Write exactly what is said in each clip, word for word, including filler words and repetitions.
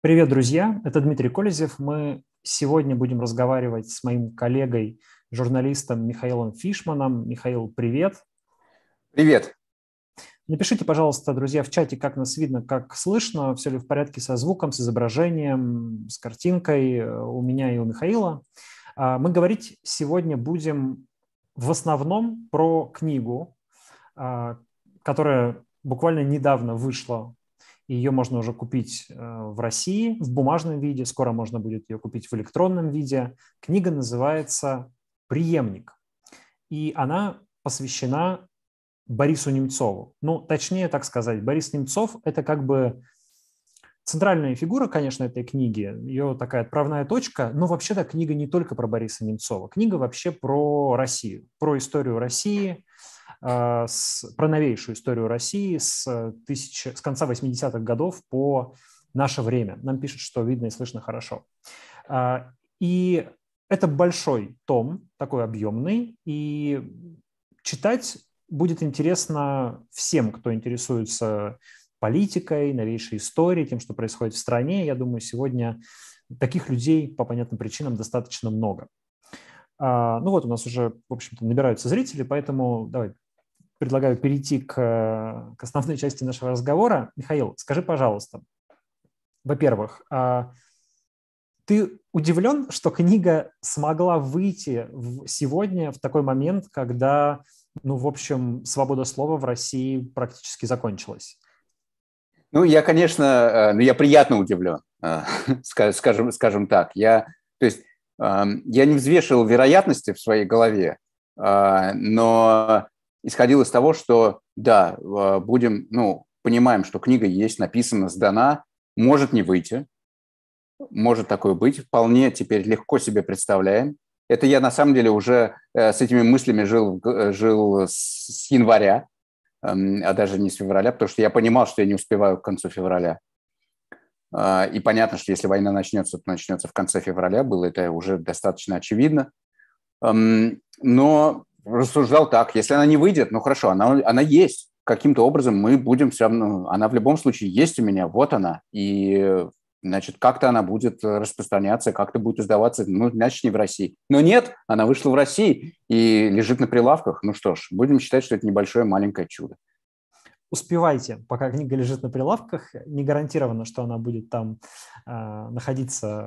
Привет, друзья! Это Дмитрий Колезев. Мы сегодня будем разговаривать с моим коллегой, журналистом Михаилом Фишманом. Михаил, привет! Привет! Напишите, пожалуйста, друзья, в чате, как нас видно, как слышно, все ли в порядке со звуком, с изображением, с картинкой у меня и у Михаила. Мы говорить сегодня будем в основном про книгу, которая буквально недавно вышла. Ее можно уже купить в России в бумажном виде, скоро можно будет ее купить в электронном виде. Книга называется «Преемник», и она посвящена Борису Немцову. Ну, точнее так сказать, Борис Немцов – это как бы центральная фигура, конечно, этой книги, ее такая отправная точка, но вообще-то книга не только про Бориса Немцова. Книга вообще про Россию, про историю России, С, про новейшую историю России с, тысячи, с конца восьмидесятых годов по наше время. Нам пишут, что видно и слышно хорошо. И это большой том, такой объемный, и читать будет интересно всем, кто интересуется политикой, новейшей историей, тем, что происходит в стране. Я думаю, сегодня таких людей по понятным причинам достаточно много. Ну вот у нас уже, в общем-то, набираются зрители, поэтому давай предлагаю перейти к, к основной части нашего разговора. Михаил, скажи, пожалуйста, во-первых, ты удивлен, что книга смогла выйти сегодня в такой момент, когда, ну, в общем, свобода слова в России практически закончилась? Ну, я, конечно, ну, я приятно удивлен, скажем, скажем так. Я, то есть, я не взвешивал вероятности в своей голове, но исходил из того, что, да, будем, ну, понимаем, что книга есть, написана, сдана, может не выйти, может такое быть, вполне теперь легко себе представляем. Это я, на самом деле, уже с этими мыслями жил, жил с января, а даже не с февраля, потому что я понимал, что я не успеваю к концу февраля. И понятно, что если война начнется, то начнется в конце февраля, было это уже достаточно очевидно. Но рассуждал так, если она не выйдет, ну хорошо, она, она есть. Каким-то образом мы будем все равно, она в любом случае есть у меня, вот она. И, значит, как-то она будет распространяться, как-то будет издаваться, ну, значит, не в России. Но нет, она вышла в России и лежит на прилавках. Ну что ж, будем считать, что это небольшое маленькое чудо. Успевайте, пока книга лежит на прилавках. Не гарантировано, что она будет там э, находиться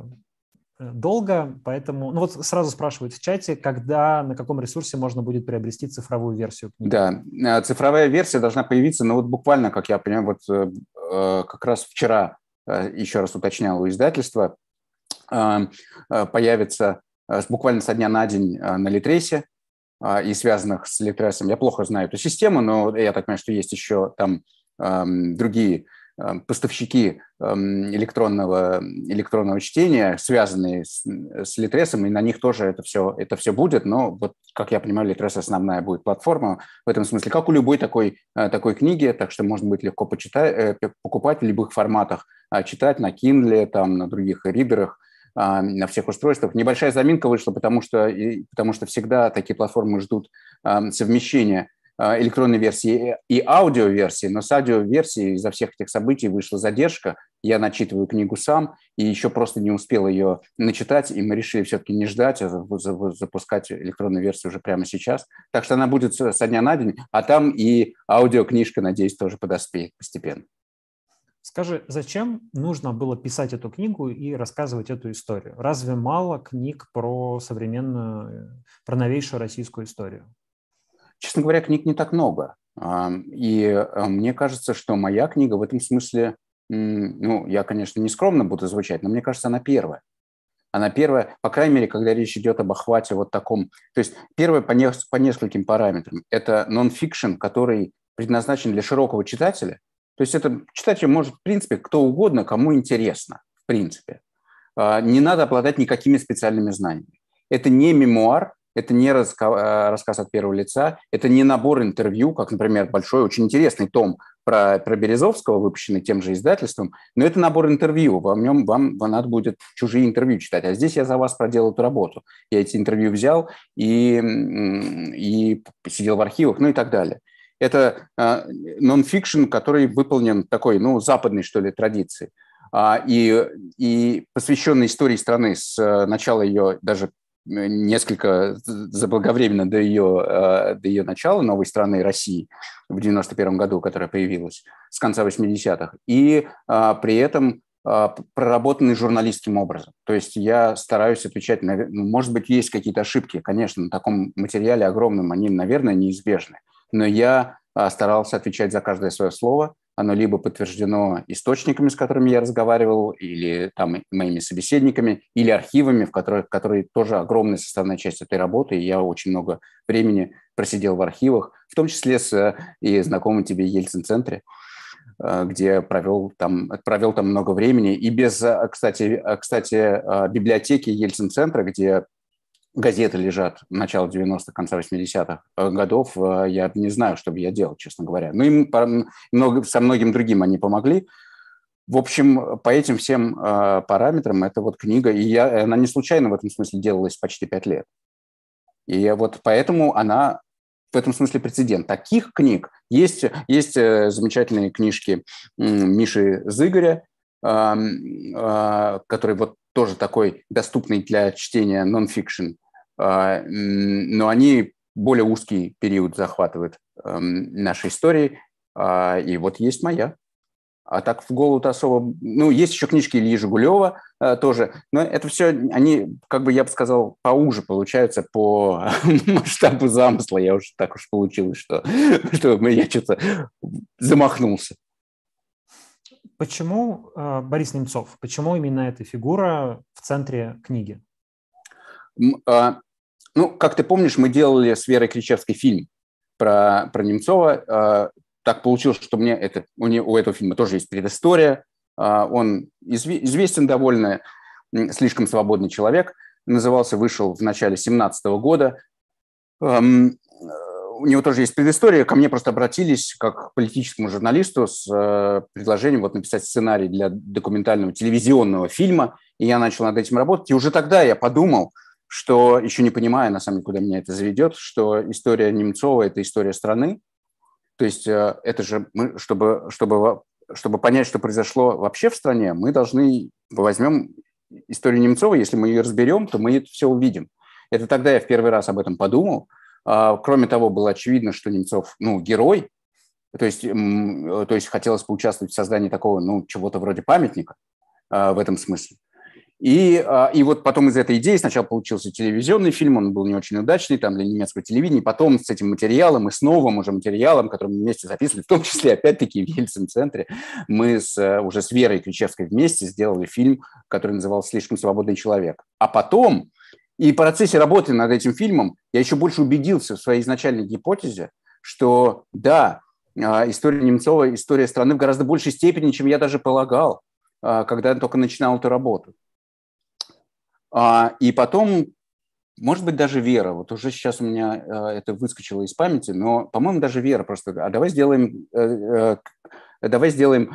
долго, поэтому... Ну вот сразу спрашивают в чате, когда, на каком ресурсе можно будет приобрести цифровую версию книги. Да, цифровая версия должна появиться, ну вот буквально, как я понимаю, вот э, как раз вчера, э, еще раз уточнял у издательства, э, появится э, буквально со дня на день э, на Литресе э, и связанных с Литресом. Я плохо знаю эту систему, но я так понимаю, что есть еще там э, другие поставщики электронного, электронного чтения, связанные с, с Литресом, и на них тоже это все, это все будет, но, вот, как я понимаю, Литрес основная будет платформа в этом смысле, как у любой такой, такой книги, так что можно будет легко почитать, покупать в любых форматах, читать на Kindle, там, на других ридерах, на всех устройствах. Небольшая заминка вышла, потому что, потому что всегда такие платформы ждут совмещения электронной версии и аудиоверсии, но с аудиоверсией из-за всех этих событий вышла задержка. Я начитываю книгу сам и еще просто не успел ее начитать, и мы решили все-таки не ждать, а запускать электронную версию уже прямо сейчас. Так что она будет со дня на день, а там и аудиокнижка, надеюсь, тоже подоспеет постепенно. Скажи, зачем нужно было писать эту книгу и рассказывать эту историю? Разве мало книг про современную, про новейшую российскую историю? Честно говоря, книг не так много. И мне кажется, что моя книга в этом смысле, ну, я, конечно, не скромно буду звучать, но мне кажется, она первая. Она первая, по крайней мере, когда речь идет об охвате вот таком. То есть первая по, не, по нескольким параметрам. Это нон-фикшн, который предназначен для широкого читателя. То есть это читатель может, в принципе, кто угодно, кому интересно, в принципе. Не надо обладать никакими специальными знаниями. Это не мемуар, это не рассказ от первого лица, это не набор интервью, как, например, большой, очень интересный том про, про Березовского, выпущенный тем же издательством, но это набор интервью, в нем вам, вам надо будет чужие интервью читать, а здесь я за вас проделал эту работу. Я эти интервью взял и, и сидел в архивах, ну и так далее. Это нон-фикшн, который выполнен такой, ну, западной, что ли, традиции. и, и посвященный истории страны с начала ее, даже несколько заблаговременно до ее, до ее начала, новой страны России в девяносто первом году, которая появилась с конца восьмидесятых, и при этом проработанный журналистским образом. То есть я стараюсь отвечать, на, может быть, есть какие-то ошибки, конечно, на таком материале огромном они, наверное, неизбежны, но я старался отвечать за каждое свое слово. Оно либо подтверждено источниками, с которыми я разговаривал, или там моими собеседниками, или архивами, в которых, которые тоже огромная составная часть этой работы, и я очень много времени просидел в архивах, в том числе с и знакомым тебе Ельцин-центре, где провел там, провел там много времени. И без, кстати, кстати библиотеки Ельцин-центра, где газеты лежат начала девяностых, конца восьмидесятых годов, я не знаю, что бы я делал, честно говоря. Ну, им много, со многим другим они помогли. В общем, по этим всем э, параметрам это вот книга, и я, она не случайно в этом смысле делалась почти пять лет. И вот поэтому она в этом смысле прецедент. Таких книг есть, есть замечательные книжки Миши Зыгоря, э, э, который вот тоже такой доступный для чтения нон-фикшн, но они более узкий период захватывают нашей истории, и вот есть моя. А так в голову-то особо... Ну, есть еще книжки Ильи Жигулева тоже, но это все, они, как бы я бы сказал, поуже получаются по масштабу замысла. Я уж так уж получилось, что, что я что-то замахнулся. Почему Борис Немцов? Почему именно эта фигура в центре книги? Ну, как ты помнишь, мы делали с Верой Кричевской фильм про, про Немцова. Так получилось, что мне это, у, не, у этого фильма тоже есть предыстория. Он известен довольно, слишком свободный человек. Назывался, вышел в начале семнадцатого года. У него тоже есть предыстория. Ко мне просто обратились как к политическому журналисту с предложением вот написать сценарий для документального телевизионного фильма. И я начал над этим работать. И уже тогда я подумал, что, еще не понимая, на самом деле, куда меня это заведет, что история Немцова – это история страны. То есть это же мы, чтобы, чтобы, чтобы понять, что произошло вообще в стране, мы должны, возьмем историю Немцова, если мы ее разберем, то мы это все увидим. Это тогда я в первый раз об этом подумал. Кроме того, было очевидно, что Немцов, ну, герой, то есть, то есть хотелось поучаствовать в создании такого, ну, чего-то вроде памятника в этом смысле. И, и вот потом из этой идеи сначала получился телевизионный фильм, он был не очень удачный, там, для немецкого телевидения, потом с этим материалом и с новым уже материалом, который мы вместе записывали, в том числе, опять-таки, в Ельцин-центре, мы с, уже с Верой Кричевской вместе сделали фильм, который назывался «Слишком свободный человек». А потом, и в процессе работы над этим фильмом, я еще больше убедился в своей изначальной гипотезе, что, да, история Немцова, история страны в гораздо большей степени, чем я даже полагал, когда я только начинал эту работу. И потом, может быть, даже Вера, вот уже сейчас у меня это выскочило из памяти, но, по-моему, даже Вера просто, а давай сделаем, давай сделаем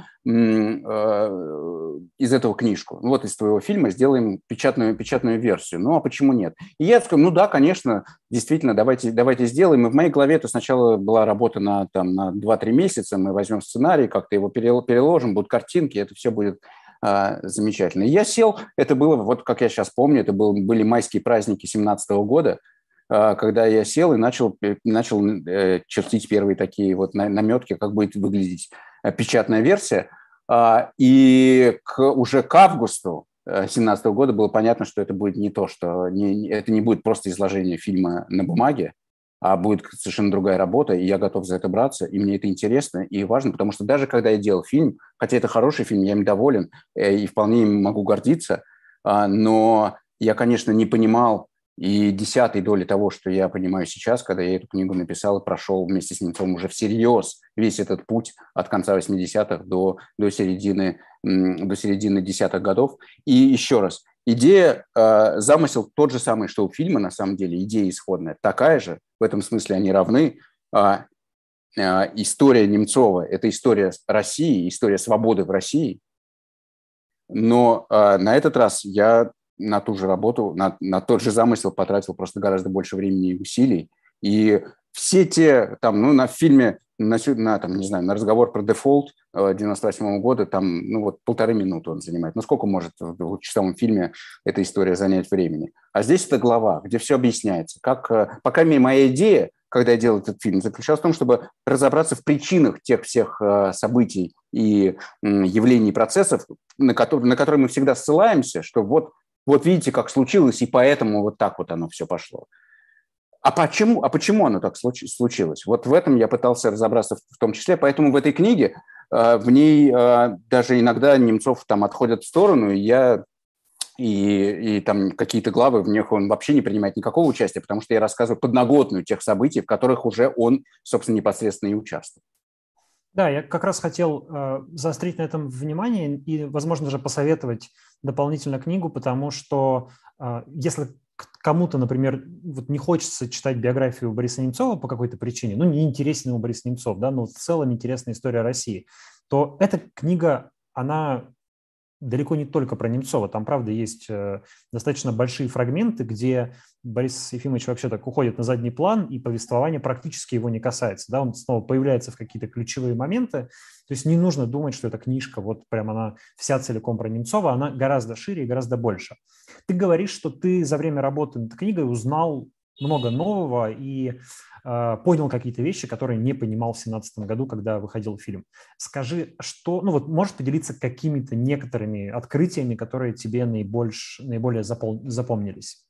из этого книжку, вот из твоего фильма сделаем печатную, печатную версию, ну а почему нет? И я сказал, ну да, конечно, действительно, давайте, давайте сделаем. И в моей голове это сначала была работа на, там, на два-три месяца, мы возьмем сценарий, как-то его переложим, будут картинки, это все будет... замечательно. И я сел, это было, вот как я сейчас помню, это был, были майские праздники семнадцатого года, когда я сел и начал, начал чертить первые такие вот наметки, как будет выглядеть печатная версия. И к, уже к августу семнадцатого года было понятно, что это будет не то, что не, это не будет просто изложение фильма на бумаге, а будет совершенно другая работа, и я готов за это браться, и мне это интересно и важно, потому что даже когда я делал фильм, хотя это хороший фильм, я им доволен и вполне им могу гордиться, но я, конечно, не понимал и десятой доли того, что я понимаю сейчас, когда я эту книгу написал и прошел вместе с Немцовым уже всерьез весь этот путь от конца восьмидесятых до, до, середины, до середины десятых годов. И еще раз, идея, замысел тот же самый, что у фильма, на самом деле, идея исходная такая же, в этом смысле они равны. История Немцова – это история России, история свободы в России. Но на этот раз я на ту же работу, на, на тот же замысел потратил просто гораздо больше времени и усилий. И все те, там, ну, на фильме, на, на, там, не знаю, на разговор про дефолт девяносто восьмого года там, ну, вот полторы минуты он занимает. Ну, сколько может в двухчасовом фильме эта история занять времени? А здесь это глава, где все объясняется. Как, по крайней мере, моя идея, когда я делал этот фильм, заключалась в том, чтобы разобраться в причинах тех всех событий и явлений, и процессов, на которые, на которые мы всегда ссылаемся, что вот, вот видите, как случилось, и поэтому вот так вот оно все пошло. А почему, а почему оно так случилось? Вот в этом я пытался разобраться в том числе. Поэтому в этой книге, в ней даже иногда Немцов там отходят в сторону, и я и, и там какие-то главы, в них он вообще не принимает никакого участия, потому что я рассказываю подноготную тех событий, в которых уже он, собственно, непосредственно и участвует. Да, я как раз хотел э, заострить на этом внимание и, возможно, даже посоветовать дополнительно книгу, потому что э, если кому-то, например, вот не хочется читать биографию Бориса Немцова по какой-то причине, ну, не интересен ему Борис Немцов, да, но в целом интересная история России, то эта книга, она далеко не только про Немцова. Там, правда, есть э, достаточно большие фрагменты, где Борис Ефимович вообще так уходит на задний план, и повествование практически его не касается. Да? Он снова появляется в какие-то ключевые моменты. То есть не нужно думать, что эта книжка, вот прям она вся целиком про Немцова, она гораздо шире и гораздо больше. Ты говоришь, что ты за время работы над книгой узнал много нового и э, понял какие-то вещи, которые не понимал в семнадцатом году, когда выходил фильм. Скажи, что, ну вот можешь поделиться какими-то некоторыми открытиями, которые тебе наибольш, наиболее запол, запомнились?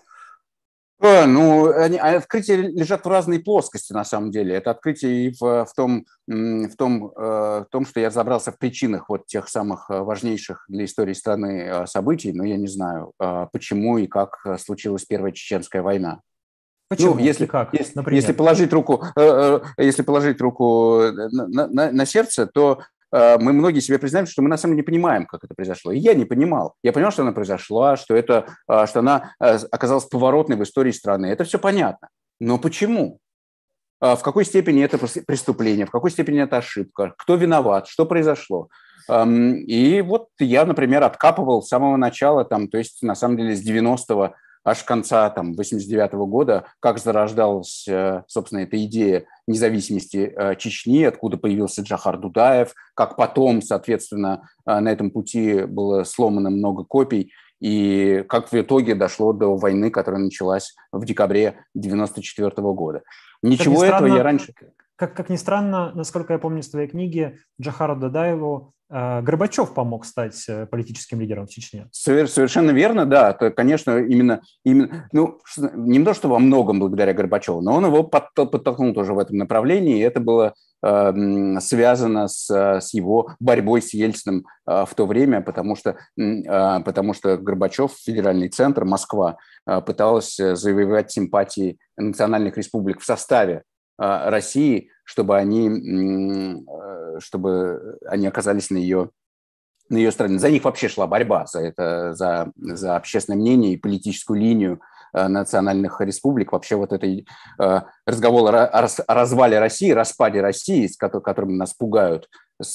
А, ну, они, открытия лежат в разной плоскости, на самом деле. Это открытие и в, в, том, в, том, в том, что я разобрался в причинах вот тех самых важнейших для истории страны событий, но я не знаю, почему и как случилась Первая Чеченская война. Почему? Ну, если, и как, если, например? если положить руку, если положить руку на, на, на сердце, то мы многие себе признаем, что мы на самом деле не понимаем, как это произошло. И я не понимал. Я понял, что она произошла, что, это, что она оказалась поворотной в истории страны. Это все понятно. Но почему? В какой степени это преступление, в какой степени это ошибка, кто виноват, что произошло? И вот я, например, откапывал с самого начала, там, то есть на самом деле с девяностого аж конца там, восемьдесят девятого года, как зарождалась, собственно, эта идея независимости Чечни, откуда появился Джохар Дудаев, как потом, соответственно, на этом пути было сломано много копий, и как в итоге дошло до войны, которая началась в декабре девяносто четвёртого года. Ничего как этого странно, я раньше... Как, как ни странно, насколько я помню из твоей книги, Джохару Дудаеву э, Горбачев помог стать политическим лидером в Чечне. Совершенно верно, да. Это, конечно, именно, именно ну, не то, что во многом благодаря Горбачеву, но он его подтолкнул тоже в этом направлении, и это было э, связано с, с его борьбой с Ельциным э, в то время, потому что, э, потому что Горбачев, федеральный центр, Москва, э, пыталась завоевать симпатии национальных республик в составе России, чтобы они, чтобы они оказались на ее, на ее стороне. За них вообще шла борьба, за, это, за, за общественное мнение и политическую линию национальных республик. Вообще вот этот разговор о развале России, распаде России, с которым нас пугают с,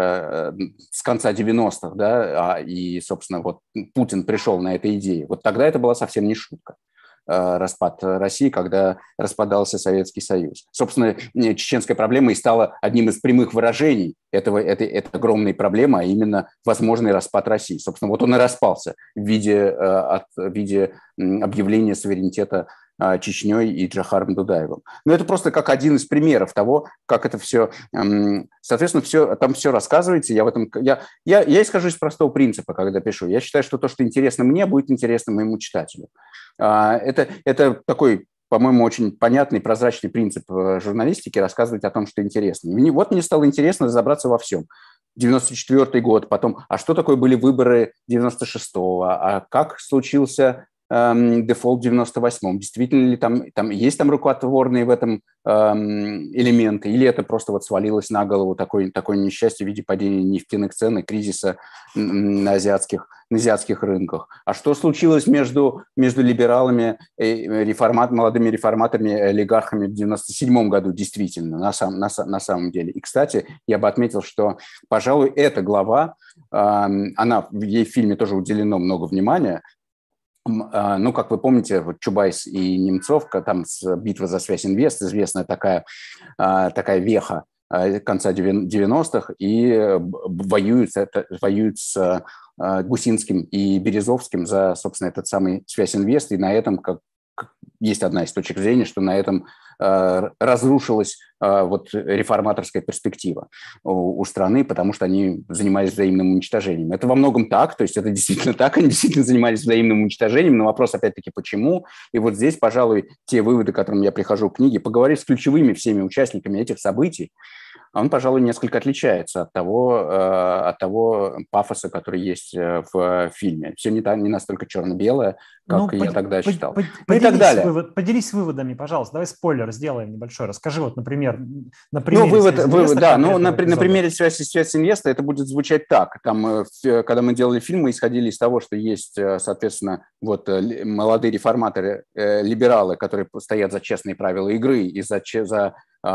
с конца девяностых, да, и, собственно, вот Путин пришел на эту идею. Вот тогда это была совсем не шутка. Распад России, когда распадался Советский Союз. Собственно, чеченская проблема и стала одним из прямых выражений этого, этой, этой огромной проблемы, а именно возможный распад России. Собственно, вот он и распался в виде, от, в виде объявления суверенитета Чечней и Джохаром Дудаевым. Но это просто как один из примеров того, как это все, соответственно, все, там все рассказывается. Я, в этом, я, я, я исхожу из простого принципа, когда пишу. Я считаю, что то, что интересно мне, будет интересно моему читателю. Это, это такой, по-моему, очень понятный, прозрачный принцип журналистики — рассказывать о том, что интересно. И вот мне стало интересно разобраться во всем. девяносто четвёртый год, потом, а что такое были выборы девяносто шестого, а как случился эм, дефолт в девяносто восьмом, действительно ли там, там есть там рукотворные в этом эм, элементы, или это просто вот свалилось на голову такое, такое несчастье в виде падения нефтяных цен и кризиса на азиатских, на азиатских рынках. А что случилось между, между либералами, реформат, молодыми реформаторами и олигархами в девяносто седьмом году, действительно, на, сам, на, на самом деле. И, кстати, я бы отметил, что, пожалуй, эта глава, э, она, ей в фильме тоже уделено много внимания, Ну, как вы помните, вот Чубайс и Немцов, там битва за связь инвест, известная такая, такая веха конца девяностых, и воюют, воюют с Гусинским и Березовским за, собственно, этот самый связь инвест, и на этом, как есть одна из точек зрения, что на этом э, разрушилась э, вот реформаторская перспектива у, у страны, потому что они занимались взаимным уничтожением. Это во многом так, то есть это действительно так, они действительно занимались взаимным уничтожением, но вопрос опять-таки почему. И вот здесь, пожалуй, те выводы, к которым я прихожу в книге, поговорить с ключевыми всеми участниками этих событий, он, пожалуй, несколько отличается от того, э, от того пафоса, который есть в фильме. Все не, та, не настолько черно-белое, как ну, я под, тогда под, считал. Под, ну поделись, и так далее. Вывод, поделись выводами, пожалуйста. Давай спойлер сделаем небольшой. Расскажи, вот, например, на примере ну, вывод, связи вывод, да, ну, на, эпизода. на примере связи, связи инвеста это будет звучать так. Там, когда мы делали фильм, мы исходили из того, что есть, соответственно, вот молодые реформаторы, э, либералы, которые стоят за честные правила игры и за, за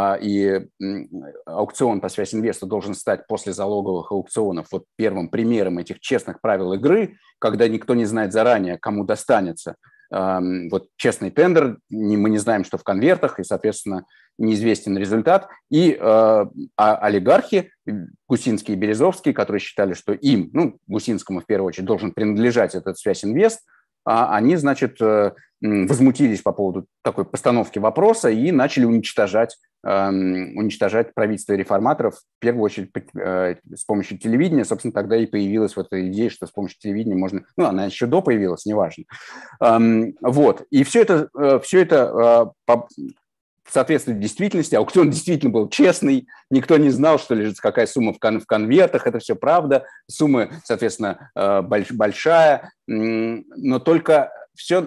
и аукцион по связи инвеста должен стать после залоговых аукционов вот первым примером этих честных правил игры, когда никто не знает заранее, кому достанется. Вот честный тендер, мы не знаем, что в конвертах, и, соответственно, неизвестен результат. И а олигархи, Гусинский и Березовский, которые считали, что им, ну, Гусинскому в первую очередь, должен принадлежать этот связь инвест, они, значит, возмутились по поводу такой постановки вопроса и начали уничтожать, уничтожать правительство реформаторов, в первую очередь с помощью телевидения. Собственно, тогда и появилась вот эта идея, что с помощью телевидения можно... Ну, она еще до появилась, неважно. Вот. И все это, все это соответствует действительности. Аукцион действительно был честный, никто не знал, что лежит какая сумма в, кон- в конвертах, это все правда. Сумма, соответственно, больш- большая, но только все,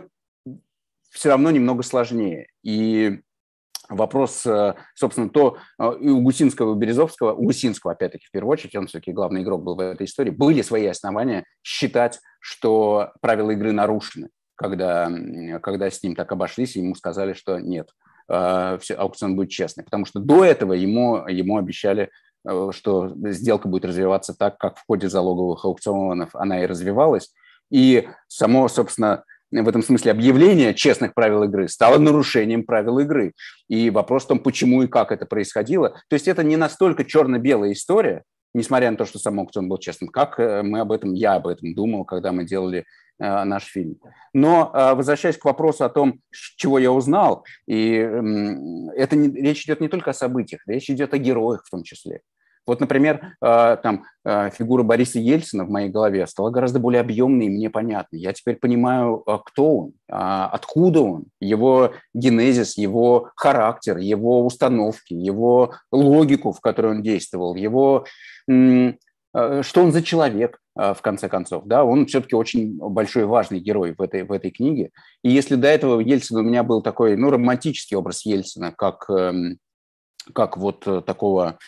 все равно немного сложнее. И вопрос, собственно, то и у Гусинского, и у Березовского, у Гусинского, опять-таки, в первую очередь, он все-таки главный игрок был в этой истории, были свои основания считать, что правила игры нарушены, когда, когда с ним так обошлись, и ему сказали, что нет, аукцион будет честный. Потому что до этого ему, ему обещали, что сделка будет развиваться так, как в ходе залоговых аукционов она и развивалась. И само, собственно, в этом смысле объявление честных правил игры стало нарушением правил игры. И вопрос в том, почему и как это происходило. То есть это не настолько черно-белая история, несмотря на то, что сам аукцион был честным, как мы об этом, я об этом думал, когда мы делали э, наш фильм. Но э, возвращаясь к вопросу о том, чего я узнал, и э, это не, речь идет не только о событиях, речь идет о героях в том числе. Вот, например, э, там, э, фигура Бориса Ельцина в моей голове стала гораздо более объемной и мне понятной. Я теперь понимаю, э, кто он, э, откуда он, его генезис, его характер, его установки, его логику, в которой он действовал, его, э, э, что он за человек, э, в конце концов. Да? Он все-таки очень большой и важный герой в этой, в этой книге. И если до этого Ельцина у меня был такой, ну, романтический образ Ельцина, как, э, как вот такого...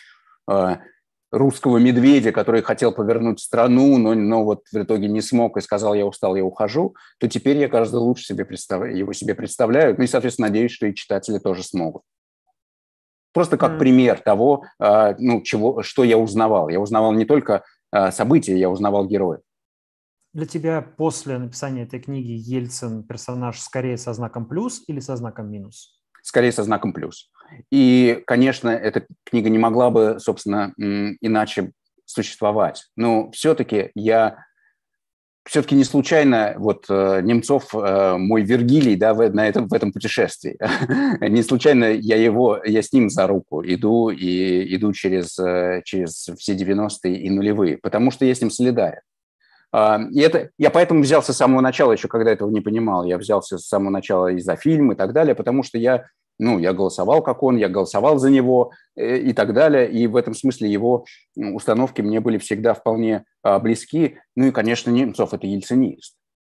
русского медведя, который хотел повернуть страну, но, но вот в итоге не смог и сказал, я устал, я ухожу, то теперь я гораздо лучше себе представляю, его себе представляю. Ну и, соответственно, надеюсь, что и читатели тоже смогут. Просто как mm. пример того, ну, чего, что я узнавал. Я узнавал не только события, я узнавал героев. Для тебя после написания этой книги Ельцин персонаж скорее со знаком плюс или со знаком минус? Скорее со знаком плюс. И, конечно, эта книга не могла бы, собственно, иначе существовать. Но все-таки я... Все-таки не случайно вот Немцов мой Вергилий, да, в, на этом, в этом путешествии. Не случайно я его, я с ним за руку иду и иду через, через все девяностые и нулевые, потому что я с ним солидарен. И это, я поэтому взялся с самого начала, еще когда этого не понимал, я взялся с самого начала и за фильм и так далее, потому что я, ну, я голосовал как он, я голосовал за него и так далее, и в этом смысле его установки мне были всегда вполне близки. Ну и, конечно, Немцов – это ельцинист.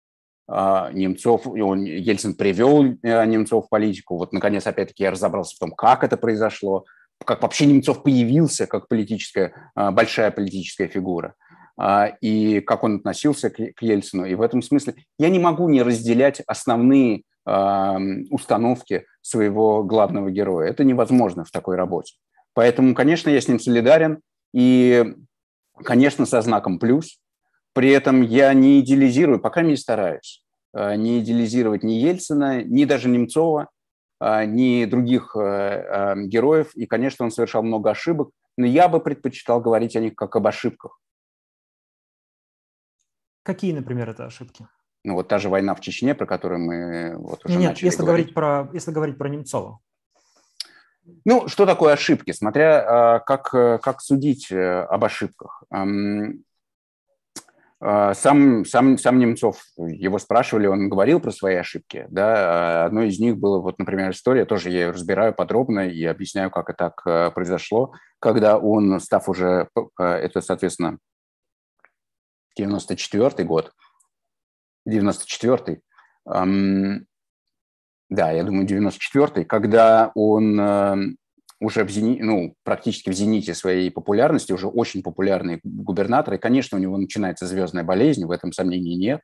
Немцов, он, Ельцин привел Немцов в политику, вот, наконец, опять-таки, я разобрался в том, как это произошло, как вообще Немцов появился как политическая, большая политическая фигура. И как он относился к Ельцину. И в этом смысле я не могу не разделять основные установки своего главного героя. Это невозможно в такой работе. Поэтому, конечно, я с ним солидарен. И, конечно, со знаком плюс. При этом я не идеализирую, пока не стараюсь. не идеализировать ни Ельцина, ни даже Немцова, ни других героев. И, конечно, он совершал много ошибок, но я бы предпочитал говорить о них как об ошибках. Какие, например, это ошибки? Ну, вот та же война в Чечне, про которую мы вот уже Нет, начали если говорить. говорить про, если говорить про Немцова. Ну, что такое ошибки? Смотря как, как судить об ошибках. Сам, сам, сам Немцов, его спрашивали, он говорил про свои ошибки. Да? Одной из них было, вот, например, история, тоже я ее разбираю подробно и объясняю, как это так произошло, когда он, став уже, это, соответственно, девяносто четвёртый год, девяносто четвёртый, эм, да, я думаю, девяносто четвёртый, когда он э, уже в зени... ну, практически в зените своей популярности, уже очень популярный губернатор, и, конечно, у него начинается звездная болезнь, в этом сомнений нет.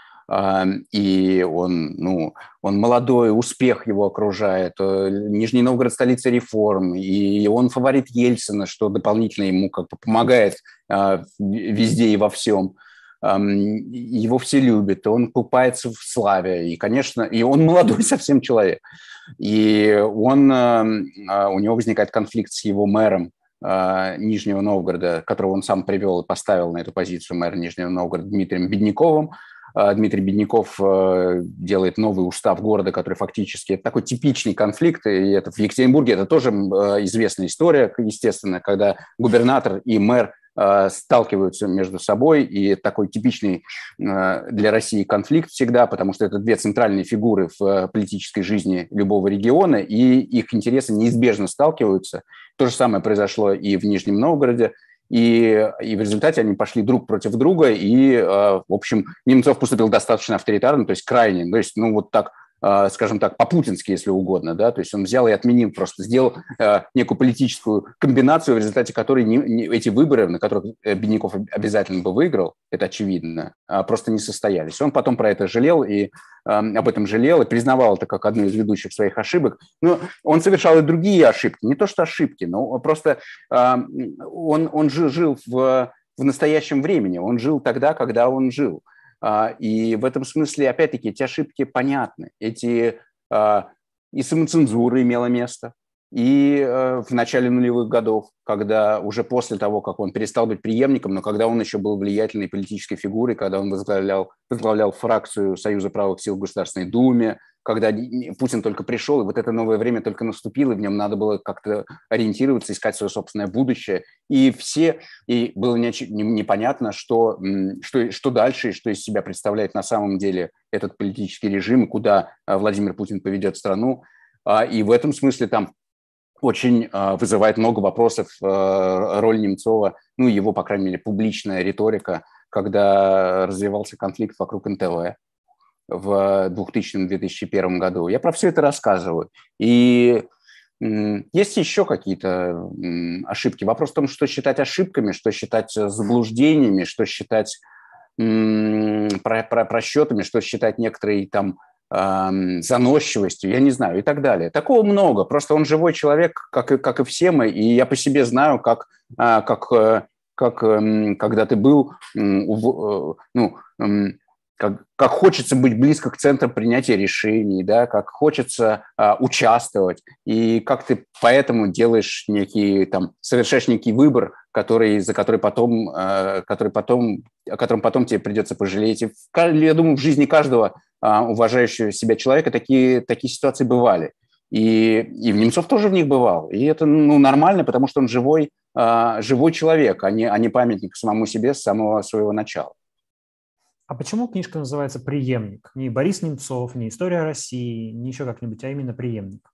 И он, ну, он молодой, успех его окружает, Нижний Новгород – столица реформ, и он фаворит Ельцина, что дополнительно ему как бы помогает везде и во всем. Его все любят, он купается в славе, и, конечно, и он молодой совсем человек. И он, у него возникает конфликт с его мэром Нижнего Новгорода, которого он сам привел и поставил на эту позицию мэра Нижнего Новгорода, Дмитрием Бедняковым. Дмитрий Бедняков делает новый устав города, который фактически это такой типичный конфликт, и это в Екатеринбурге это тоже известная история, естественно, когда губернатор и мэр сталкиваются между собой, и такой типичный для России конфликт всегда, потому что это две центральные фигуры в политической жизни любого региона, и их интересы неизбежно сталкиваются. То же самое произошло и в Нижнем Новгороде, и, и в результате они пошли друг против друга, и, в общем, Немцов поступил достаточно авторитарно, то есть крайне, то есть, ну, вот так, скажем так, по-путински, если угодно, да, то есть он взял и отменил, просто сделал э, некую политическую комбинацию, в результате которой не, не, эти выборы, на которых Бедняков обязательно бы выиграл, это очевидно, а просто не состоялись. Он потом про это жалел и э, об этом жалел и признавал это как одну из ведущих своих ошибок. Но он совершал и другие ошибки, не то что ошибки, но просто э, он, он жил, жил в, в настоящем времени, он жил тогда, когда он жил. И в этом смысле, опять-таки, эти ошибки понятны. Эти, и самоцензура имела место, и в начале нулевых годов, когда уже после того, как он перестал быть преемником, но когда он еще был влиятельной политической фигурой, когда он возглавлял, возглавлял фракцию Союза правых сил в Государственной Думе, когда Путин только пришел, и вот это новое время только наступило, и в нем надо было как-то ориентироваться, искать свое собственное будущее. И все, и было не, не, непонятно, что, что, что дальше, и что из себя представляет на самом деле этот политический режим, и куда Владимир Путин поведет страну. И в этом смысле там очень вызывает много вопросов роль Немцова, ну, его, по крайней мере, публичная риторика, когда развивался конфликт вокруг эн тэ вэ в двухтысячном — две тысячи первом году. Я про все это рассказываю. И есть еще какие-то ошибки. Вопрос в том, что считать ошибками, что считать заблуждениями, что считать про, про, просчетами, что считать некоторой там заносчивостью, я не знаю, и так далее. Такого много. Просто он живой человек, как и, как и все мы, и я по себе знаю, как, как, как когда ты был, ну, Как, как хочется быть близко к центру принятия решений, да, как хочется а, участвовать, и как ты поэтому делаешь некий, там, совершаешь некий выбор, который, за который потом, а, который потом, о котором потом тебе придется пожалеть. И в, я думаю, в жизни каждого а, уважающего себя человека такие, такие ситуации бывали. И, и Немцов тоже в них бывал. И это, ну, нормально, потому что он живой, а, живой человек, а не, а не памятник самому себе с самого своего начала. А почему книжка называется «Преемник»? Не Борис Немцов, не «История России», не еще как-нибудь, а именно «Преемник».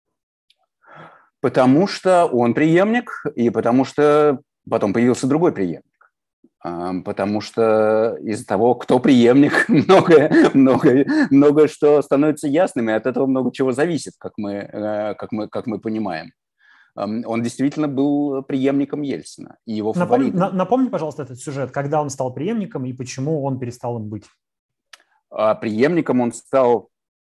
Потому что он преемник, и потому что потом появился другой преемник. Потому что из-за того, кто преемник, многое, многое, многое что становится ясным, и от этого много чего зависит, как мы, как мы, как мы понимаем. Он действительно был преемником Ельцина и его напомни, фаворитом. Напомни, пожалуйста, этот сюжет, когда он стал преемником и почему он перестал им быть. Преемником он стал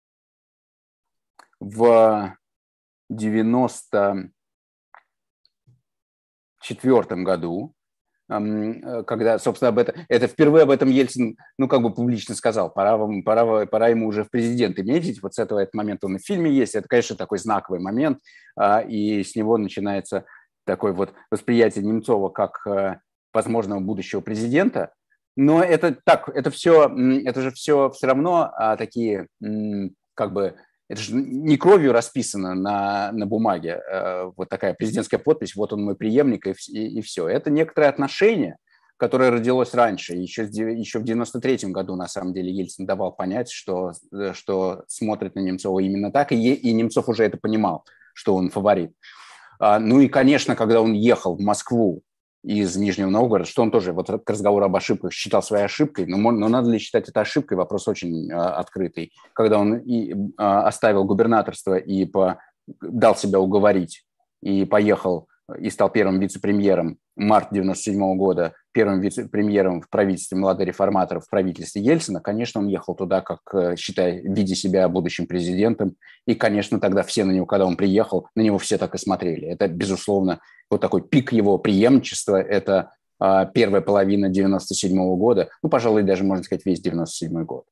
в девяносто четвёртом году, когда, собственно, об этом, это впервые об этом Ельцин, ну, как бы публично сказал, пора, вам, пора, пора ему уже в президенты метить, вот с этого этот момент он и в фильме есть, это, конечно, такой знаковый момент, и с него начинается такое вот восприятие Немцова как возможного будущего президента, но это так, это все, это же все все равно такие, как бы, это же не кровью расписано на, на бумаге, э, вот такая президентская подпись, вот он мой преемник, и, и, и все. Это некоторое отношение, которое родилось раньше. Еще, еще в девяносто третьем году, на самом деле, Ельцин давал понять, что, что смотрит на Немцова именно так, и, и Немцов уже это понимал, что он фаворит. А, ну и, конечно, когда он ехал в Москву из Нижнего Новгорода, что он тоже, вот к разговору об ошибках, считал своей ошибкой, но, но надо ли считать это ошибкой, вопрос очень а, открытый. Когда он и, а, оставил губернаторство и по, дал себя уговорить, и поехал, и стал первым вице-премьером марта девяносто седьмого года, первым вице-премьером в правительстве молодых реформаторов, в правительстве Ельцина, конечно, он ехал туда, как, считая, видя себя будущим президентом, и, конечно, тогда все на него, когда он приехал, на него все так и смотрели. Это, безусловно, вот такой пик его преемничества, это а, первая половина девяносто седьмого года, ну, пожалуй, даже, можно сказать, весь девяносто седьмой год.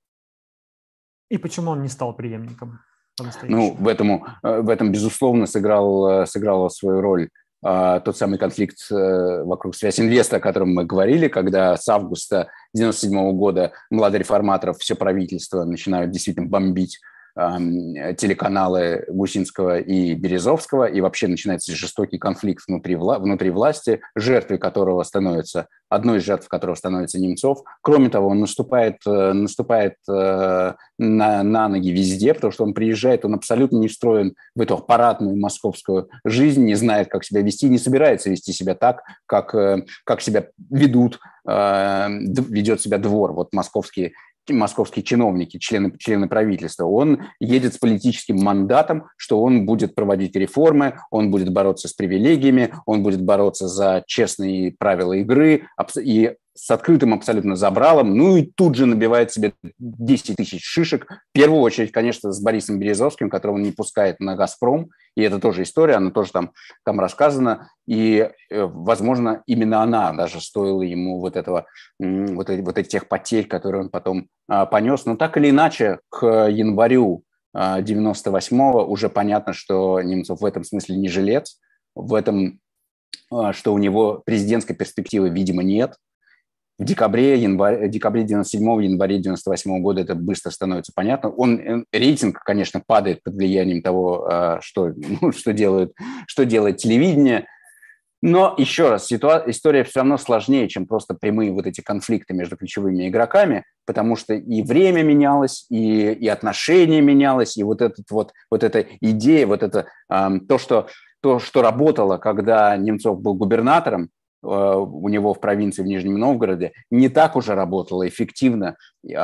И почему он не стал преемником? Ну, в этом, в этом, безусловно, сыграл, сыграла свою роль а, тот самый конфликт а, вокруг Связинвеста, о котором мы говорили, когда с августа девяносто седьмого года молодых реформаторов все правительство начинают действительно бомбить телеканалы Гусинского и Березовского, и вообще начинается жестокий конфликт внутри, вла- внутри власти, жертвой которого становится, одной из жертв которого становится Немцов. Кроме того, он наступает, наступает на, на ноги везде, потому что он приезжает, он абсолютно не встроен в эту аппаратную московскую жизнь, не знает, как себя вести, не собирается вести себя так, как, как себя ведут, ведет себя двор, вот московские московские чиновники, члены, члены правительства. Он едет с политическим мандатом, что он будет проводить реформы, он будет бороться с привилегиями, он будет бороться за честные правила игры и с открытым абсолютно забралом, ну и тут же набивает себе десять тысяч шишек. В первую очередь, конечно, с Борисом Березовским, которого он не пускает на «Газпром», и это тоже история, она тоже там, там рассказана, и, возможно, именно она даже стоила ему вот этого, вот, вот этих тех потерь, которые он потом а, понес. Но так или иначе, к январю девяносто восьмого уже понятно, что Немцов в этом смысле не жилец, в этом, что у него президентской перспективы, видимо, нет. В декабре, январе, декабре девяносто седьмого, январе девяносто восьмого года это быстро становится понятно. Он, рейтинг, конечно, падает под влиянием того, что, ну, что, делают, что делает телевидение. Но, еще раз, ситуа- история все равно сложнее, чем просто прямые вот эти конфликты между ключевыми игроками, потому что и время менялось, и, и отношения менялось, и вот, этот вот, вот эта идея, вот это, э, то, что, то, что работало, когда Немцов был губернатором, у него в провинции в Нижнем Новгороде, не так уже работало эффективно,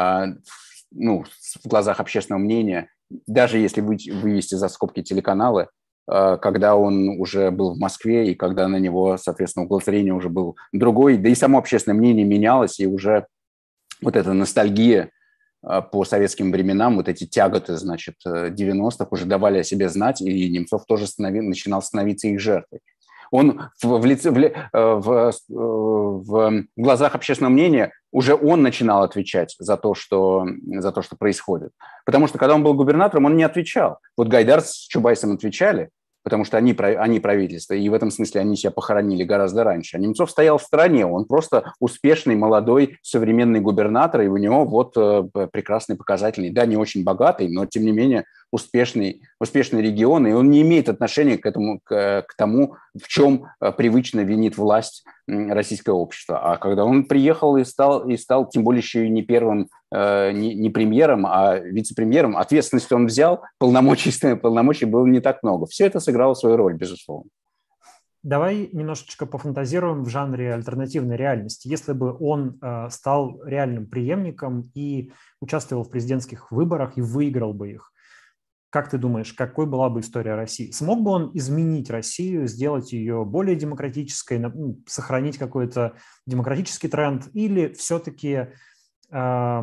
ну, в глазах общественного мнения, даже если вывести за скобки телеканалы, когда он уже был в Москве и когда на него, соответственно, угол зрения уже был другой, да и само общественное мнение менялось, и уже вот эта ностальгия по советским временам, вот эти тяготы, значит, девяностых уже давали о себе знать, и Немцов тоже станови, начинал становиться их жертвой. Он в, в, лице, в, в, в глазах общественного мнения уже он начинал отвечать за то, что, за то, что происходит. Потому что когда он был губернатором, он не отвечал. Вот Гайдар с Чубайсом отвечали, потому что они, они правительство, и в этом смысле они себя похоронили гораздо раньше. А Немцов стоял в стороне, он просто успешный, молодой, современный губернатор, и у него вот прекрасный показательный, да, не очень богатый, но тем не менее успешный, успешный регион, и он не имеет отношения к этому, к, к тому, в чем привычно винит власть российское общество. А когда он приехал и стал, и стал тем более еще и не первым, не, не премьером, а вице-премьером, ответственность он взял, полномочий, полномочий было не так много. Все это сыграло свою роль, безусловно. Давай немножечко пофантазируем в жанре альтернативной реальности. Если бы он э, стал реальным преемником и участвовал в президентских выборах и выиграл бы их, как ты думаешь, какой была бы история России? Смог бы он изменить Россию, сделать ее более демократической, сохранить какой-то демократический тренд, или все-таки, э,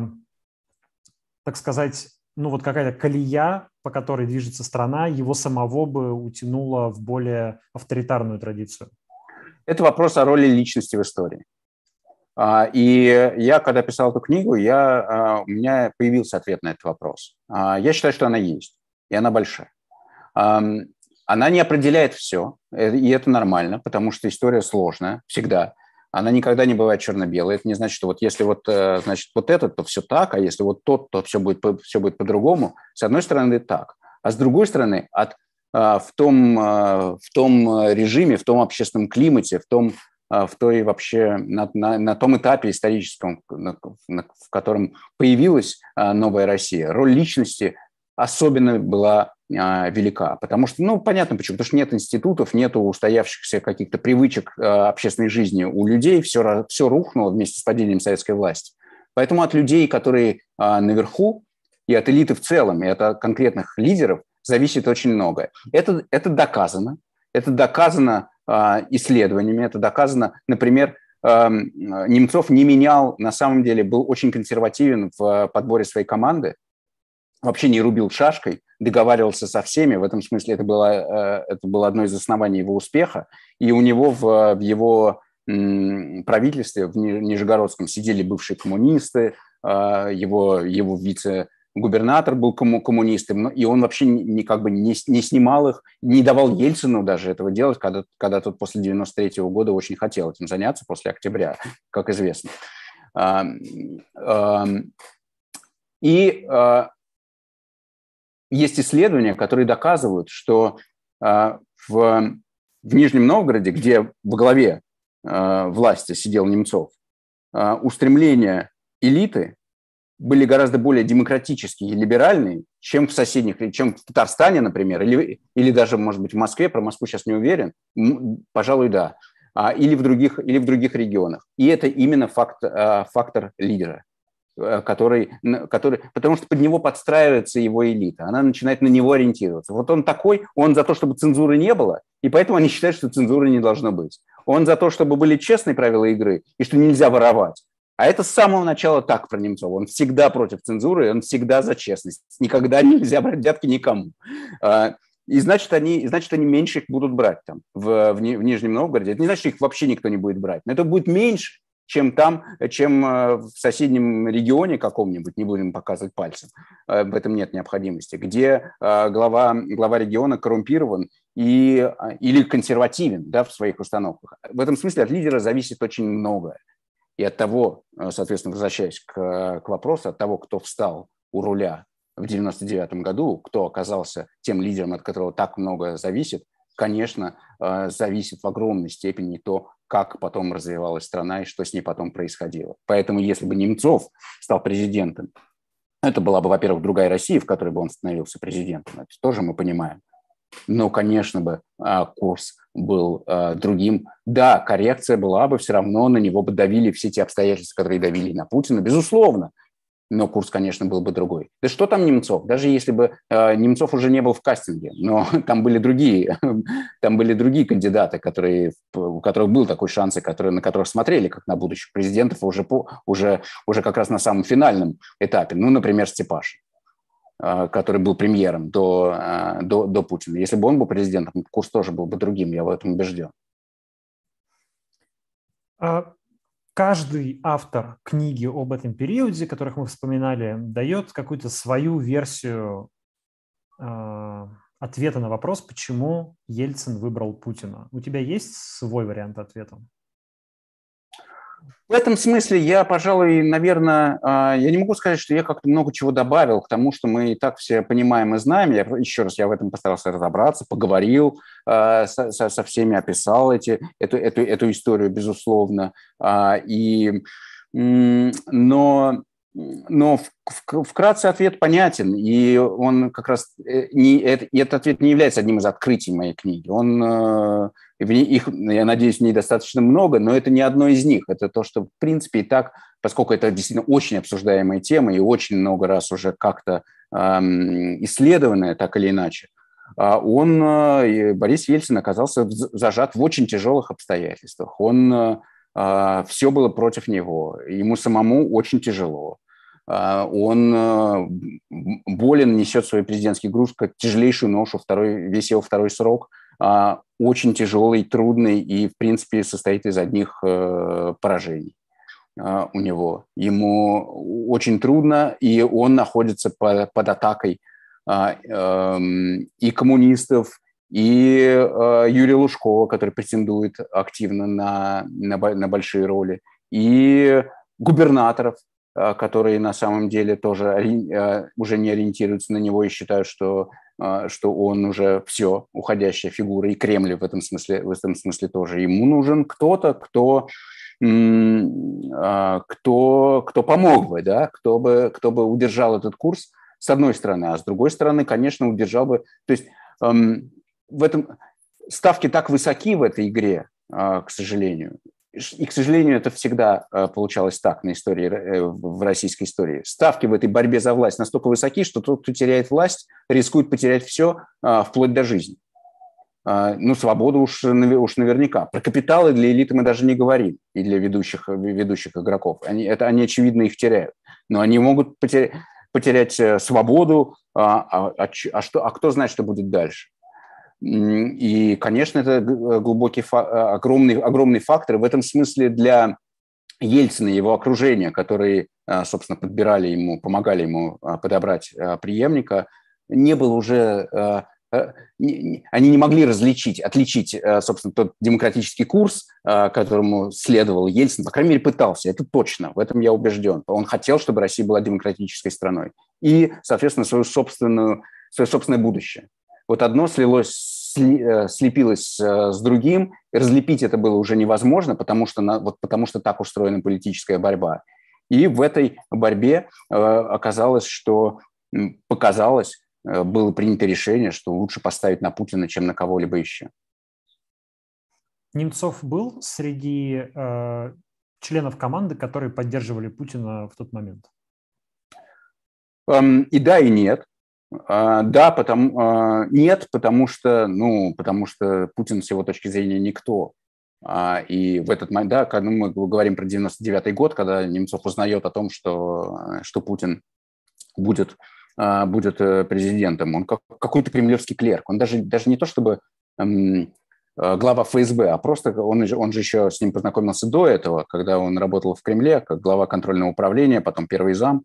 так сказать, ну вот какая-то колея, по которой движется страна, его самого бы утянула в более авторитарную традицию? Это вопрос о роли личности в истории. И я, когда писал эту книгу, я, у меня появился ответ на этот вопрос. Я считаю, что она есть, и она большая. Она не определяет все, и это нормально, потому что история сложная всегда. Она никогда не бывает черно-белой. Это не значит, что вот если вот, значит, вот это, то все так, а если вот тот, то все будет, все будет по-другому. С одной стороны, так. А с другой стороны, от, в, том, в том режиме, в том общественном климате, в том, в той вообще, на, на, на том этапе историческом, на, на, в котором появилась новая Россия, роль личности особенно была а, велика. Потому что, ну, понятно почему, потому что нет институтов, нет устоявшихся каких-то привычек а, общественной жизни у людей, все, все рухнуло вместе с падением советской власти. Поэтому от людей, которые а, наверху, и от элиты в целом, и от конкретных лидеров зависит очень многое. Это, это доказано. Это доказано а, исследованиями, это доказано, например, а, Немцов не менял, на самом деле был очень консервативен в подборе своей команды, вообще не рубил шашкой, договаривался со всеми. В этом смысле это было, это было одно из оснований его успеха. И у него в, в его правительстве, в Нижегородском, сидели бывшие коммунисты, его, его вице-губернатор был коммунистом, и он вообще не, как бы не, не снимал их, не давал Ельцину даже этого делать, когда, когда тот после девяносто третьего года очень хотел этим заняться, после октября, как известно. И есть исследования, которые доказывают, что э, в, в Нижнем Новгороде, где во главе э, власти сидел Немцов, э, устремления элиты были гораздо более демократические и либеральные, чем в соседних, чем в Татарстане, например, или, или даже, может быть, в Москве, про Москву сейчас не уверен, пожалуй, да, а, или, в других, или в других регионах. И это именно факт, э, фактор лидера. Который, который, потому что под него подстраивается его элита, она начинает на него ориентироваться. Вот он такой, он за то, чтобы цензуры не было, и поэтому они считают, что цензуры не должно быть. Он за то, чтобы были честные правила игры, и что нельзя воровать. А это с самого начала так про Немцова. Он всегда против цензуры, он всегда за честность. Никогда нельзя брать взятки никому. И значит, они, значит, они меньше их будут брать там, в, в, в Нижнем Новгороде. Это не значит, что их вообще никто не будет брать, но это будет меньше, чем там, чем в соседнем регионе каком-нибудь, не будем показывать пальцем, в этом нет необходимости, где глава, глава региона коррумпирован и, или консервативен, да, в своих установках. В этом смысле от лидера зависит очень многое. И от того, соответственно, возвращаясь к, к вопросу, от того, кто встал у руля в девяносто девятом году, кто оказался тем лидером, от которого так много зависит, конечно, зависит в огромной степени то, как потом развивалась страна и что с ней потом происходило. Поэтому если бы Немцов стал президентом, это была бы, во-первых, другая Россия, в которой бы он становился президентом. Это тоже мы понимаем. Но, конечно бы, курс был другим. Да, коррекция была бы, все равно на него бы давили все те обстоятельства, которые давили на Путина, безусловно. Но курс, конечно, был бы другой. Да что там Немцов? Даже если бы э, Немцов уже не был в кастинге, но там были другие, там были другие кандидаты, которые, у которых был такой шанс, и которые, на которых смотрели как на будущих президентов уже, по, уже, уже как раз на самом финальном этапе. Ну, например, Степашин, э, который был премьером до, э, до, до Путина. Если бы он был президентом, курс тоже был бы другим, я в этом убежден. Каждый автор книги об этом периоде, которых мы вспоминали, дает какую-то свою версию э, ответа на вопрос, почему Ельцин выбрал Путина. У тебя есть свой вариант ответа? В этом смысле я, пожалуй, наверное, я не могу сказать, что я как-то много чего добавил к тому, что мы и так все понимаем и знаем. Я, еще раз, я в этом постарался разобраться, поговорил со, со всеми, описал эти, эту, эту, эту историю, безусловно. И, но... Но вкратце ответ понятен, и он как раз не, этот ответ не является одним из открытий моей книги. Он, их, я надеюсь, в ней достаточно много, но это не одно из них. Это то, что в принципе и так, поскольку это действительно очень обсуждаемая тема и очень много раз уже как-то эм, исследованная, так или иначе, он, Борис Ельцин, оказался зажат в очень тяжелых обстоятельствах. Он, все было против него, ему самому очень тяжело. Он болен, несет свой президентский груз как тяжелейшую ношу, второй, весь его второй срок очень тяжелый, трудный и, в принципе, состоит из одних поражений у него. Ему очень трудно, и он находится под, под атакой и коммунистов, и Юрия Лужкова, который претендует активно на, на, на большие роли, и губернаторов, которые на самом деле тоже уже не ориентируются на него и считают, что, что он уже все, уходящая фигура, и Кремль в этом смысле, в этом смысле тоже. Ему нужен кто-то, кто... Кто, кто помог бы, да, кто бы, кто бы удержал этот курс, с одной стороны, а с другой стороны, конечно, удержал бы... То есть эм, в этом ставки так высоки в этой игре, э, к сожалению, и, к сожалению, это всегда э, получалось так на истории, э, в российской истории. Ставки в этой борьбе за власть настолько высоки, что тот, кто теряет власть, рискует потерять все, э, вплоть до жизни. Ну, свободу уж, уж наверняка. Про капиталы для элиты мы даже не говорим, и для ведущих, ведущих игроков. Они, это, они, очевидно, их теряют. Но они могут потерять, потерять свободу, а, а, а, что, а кто знает, что будет дальше. И, конечно, это глубокий, огромный, огромный фактор. В этом смысле для Ельцина и его окружения, которые, собственно, подбирали ему, помогали ему подобрать преемника, не было уже... Они не могли различить, отличить, собственно, тот демократический курс, которому следовал Ельцин, по крайней мере, пытался, это точно, в этом я убежден. Он хотел, чтобы Россия была демократической страной и, соответственно, свою собственную, свое собственное будущее. Вот одно слилось, сли, слепилось с другим, и разлепить это было уже невозможно, потому что, вот потому что так устроена политическая борьба. И в этой борьбе оказалось, что показалось, было принято решение, что лучше поставить на Путина, чем на кого-либо еще. Немцов был среди э, членов команды, которые поддерживали Путина в тот момент? Эм, и да, и нет. Э, да, потому, э, нет, потому что, ну, потому что Путин с его точки зрения никто. А, и в этот момент, да, когда мы говорим про девяносто девятый год, когда Немцов узнает о том, что, что Путин будет... будет президентом, он как какой-то кремлевский клерк. Он даже, даже не то чтобы эм, глава эф эс бэ, а просто он, он же еще с ним познакомился до этого, когда он работал в Кремле как глава контрольного управления, потом первый зам.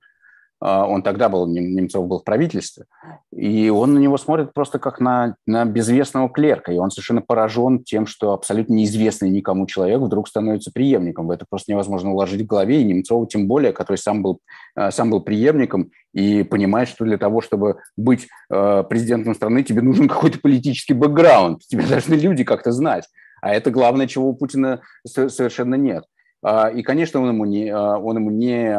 Он тогда был, Немцов был в правительстве, и он на него смотрит просто как на, на безвестного клерка, и он совершенно поражен тем, что абсолютно неизвестный никому человек вдруг становится преемником. Это просто невозможно уложить в голове, и Немцову тем более, который сам был, сам был преемником, и понимает, что для того, чтобы быть президентом страны, тебе нужен какой-то политический бэкграунд, тебе должны люди как-то знать, а это главное, чего у Путина совершенно нет. И, конечно, он ему не... Он ему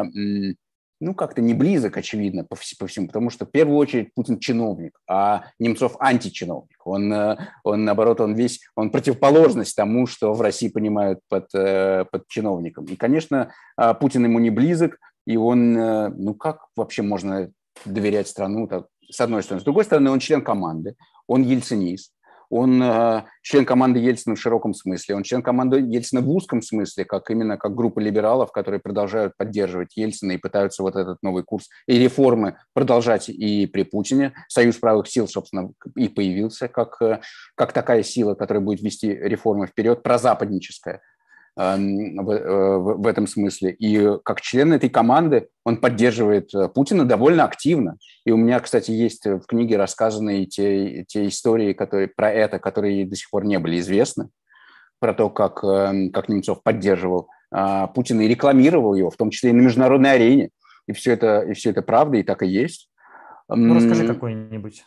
не ну, как-то не близок, очевидно, по, по всему, потому что в первую очередь Путин чиновник, а Немцов античиновник. Он, он наоборот, он весь, он противоположность тому, что в России понимают под, под чиновником. И, конечно, Путин ему не близок, и он, ну, как вообще можно доверять страну, так, с одной стороны. С другой стороны, он член команды, он ельцинист. Он э, член команды Ельцина в широком смысле, он член команды Ельцина в узком смысле, как именно как группа либералов, которые продолжают поддерживать Ельцина и пытаются вот этот новый курс и реформы продолжать и при Путине. Союз правых сил, собственно, и появился как, как такая сила, которая будет вести реформы вперед, прозападническая э, в, э, в этом смысле. И как член этой команды он поддерживает Путина довольно активно. И у меня, кстати, есть в книге рассказанные те, те истории, которые, про это, которые до сих пор не были известны, про то, как, как Немцов поддерживал а, Путина и рекламировал его, в том числе и на международной арене. И все это, и все это правда, и так и есть. Ну, расскажи какой-нибудь.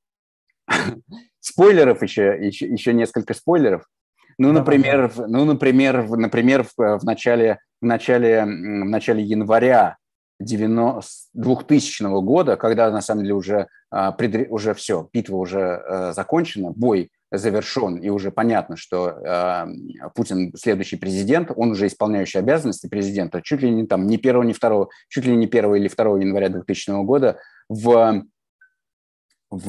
Спойлеров еще, еще, еще несколько спойлеров. Ну, давай, например, давай. ну, например, например, в, в, начале, в, начале, в начале января двухтысячного года, когда на самом деле уже, уже все, битва уже закончена, бой завершен, и уже понятно, что Путин следующий президент, он уже исполняющий обязанности президента, чуть ли не там не первого, не второго, чуть ли не первого или второго января двухтысячного года в В,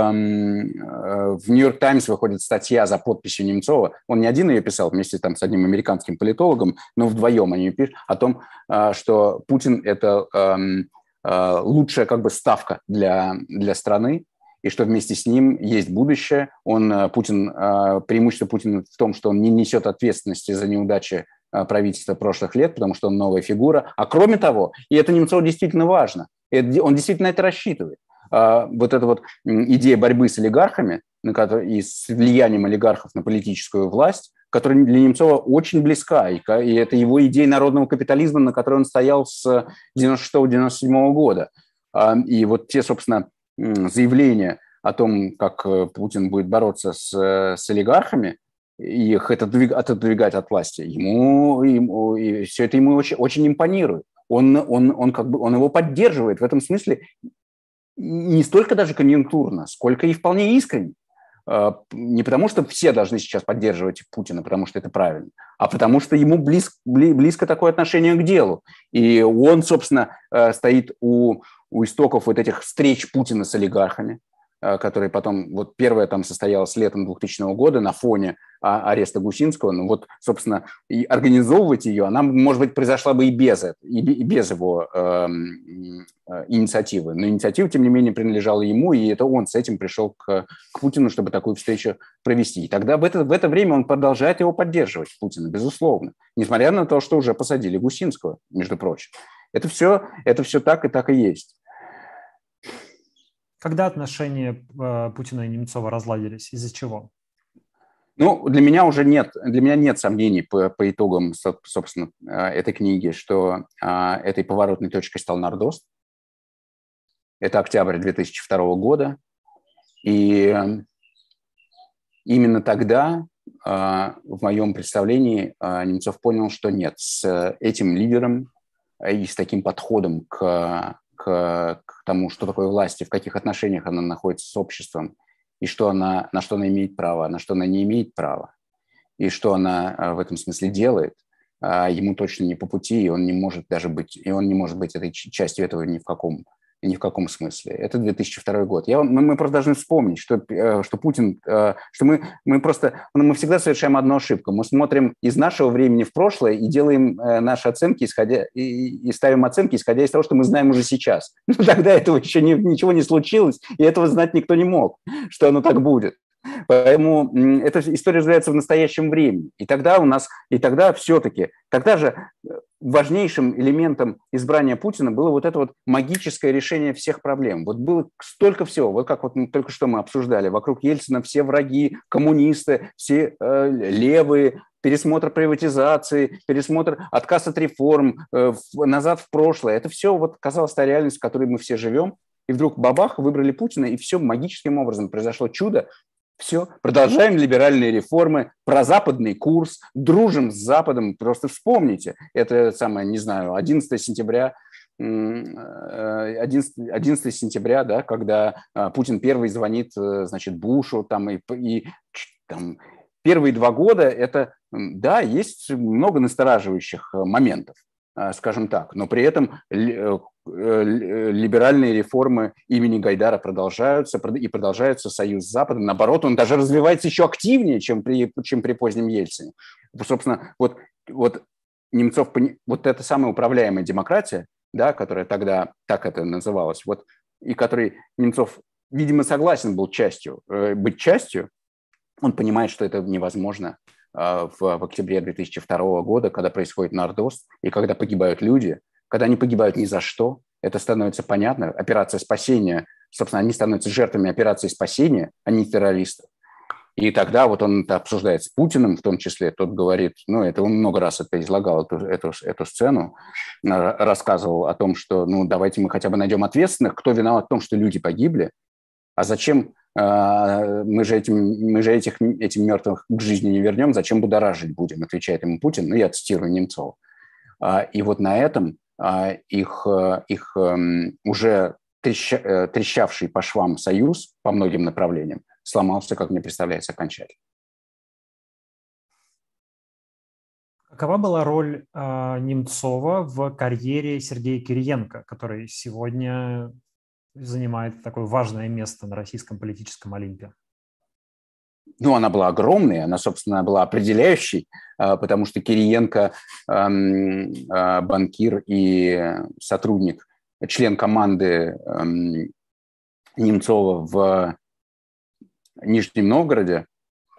в «Нью-Йорк Таймс» выходит статья за подписью Немцова. Он не один ее писал вместе там, с одним американским политологом, но вдвоем они ее пишут о том, что Путин – это лучшая как бы ставка для, для страны. и что вместе с ним есть будущее. Он, Путин, преимущество Путина в том, что он не несет ответственности за неудачи правительства прошлых лет, потому что он новая фигура. А кроме того, и это Немцову действительно важно, он действительно это рассчитывает. Вот эта вот идея борьбы с олигархами и с влиянием олигархов на политическую власть, которая для Немцова очень близка, и это его идея народного капитализма, на которой он стоял с девяносто шестого — девяносто седьмого года. И вот те, собственно, заявления о том, как Путин будет бороться с, с олигархами, и их отодвигать от власти, ему, ему и все это ему очень, очень импонирует. Он, он, он, как бы, он его поддерживает в этом смысле не столько даже конъюнктурно, сколько и вполне искренне. Не потому, что все должны сейчас поддерживать Путина, потому что это правильно, а потому что ему близко, близко такое отношение к делу. И он, собственно, стоит у, у истоков вот этих встреч Путина с олигархами, которые потом, вот первая там состоялась летом двухтысячного года на фоне ареста Гусинского. Ну вот, собственно, и организовывать ее, она, может быть, произошла бы и без, и без его э, инициативы. Но инициатива, тем не менее, принадлежала ему, и это он с этим пришел к, к Путину, чтобы такую встречу провести. И тогда в это, в это время он продолжает его поддерживать, Путина, безусловно, несмотря на то, что уже посадили Гусинского, между прочим. Это все, это все так и так и есть. Когда отношения э, Путина и Немцова разладились? Из-за чего? Ну, для меня уже нет, для меня нет сомнений по, по итогам, собственно, этой книги, что а, этой поворотной точкой стал Нордост. Это октябрь две тысячи второго года. И именно тогда, а, в моем представлении, а, Немцов понял, что нет, с этим лидером и с таким подходом к, к, к тому, что такое власть и в каких отношениях она находится с обществом, и что она, на что она имеет право, на что она не имеет права, и что она в этом смысле делает, ему точно не по пути, и он не может даже быть, и он не может быть этой частью этого ни в каком, ни в каком смысле. Это две тысячи второй год. Я, мы, мы просто должны вспомнить, что, что Путин, что мы, мы просто, мы всегда совершаем одну ошибку. Мы смотрим из нашего времени в прошлое и делаем наши оценки, исходя, и, и ставим оценки, исходя из того, что мы знаем уже сейчас. Но тогда этого еще не, ничего не случилось, и этого знать никто не мог, что оно так будет. Поэтому эта история развивается в настоящем времени. И тогда у нас, и тогда все-таки, тогда же важнейшим элементом избрания Путина было вот это вот магическое решение всех проблем. Вот было столько всего, вот как вот только что мы обсуждали, вокруг Ельцина все враги, коммунисты, все э, левые, пересмотр приватизации, пересмотр, отказ от реформ, э, в, назад в прошлое. Это все вот казалось та реальность, в которой мы все живем. И вдруг бабах, выбрали Путина, и все магическим образом произошло чудо. Все, продолжаем либеральные реформы, прозападный курс, дружим с Западом. Просто вспомните, это самое, не знаю, одиннадцатого сентября, одиннадцатого сентября, да, когда Путин первый звонит, значит, Бушу, там, и, и там, первые два года, это, да, есть много настораживающих моментов, скажем так, но при этом либеральные реформы имени Гайдара продолжаются, и продолжается союз с Западом. Наоборот, он даже развивается еще активнее, чем при, чем при позднем Ельцине. Собственно, вот, вот Немцов, вот эта самая управляемая демократия, да, которая тогда так это называлось, вот, и который Немцов, видимо, согласен был частью, быть частью, он понимает, что это невозможно в, в октябре две тысячи второго года, когда происходит Нордост, и когда погибают люди, когда они погибают ни за что, это становится понятно. Операция спасения, собственно, они становятся жертвами операции спасения, а не террористов. И тогда вот он это обсуждает с Путиным, в том числе, тот говорит, ну, это он много раз это излагал, эту, эту, эту сцену, рассказывал о том, что, ну, давайте мы хотя бы найдем ответственных, кто виноват в том, что люди погибли, а зачем мы же, этим, мы же этих, этим мертвых к жизни не вернем, зачем будоражить будем, отвечает ему Путин, ну, я цитирую Немцова. И вот на этом их, их уже треща, трещавший по швам союз по многим направлениям сломался, как мне представляется, окончательно. Какова была роль э, Немцова в карьере Сергея Кириенко, который сегодня занимает такое важное место на российском политическом олимпе? Ну, она была огромной, она, собственно, была определяющей, потому что Кириенко банкир и сотрудник, член команды Немцова в Нижнем Новгороде.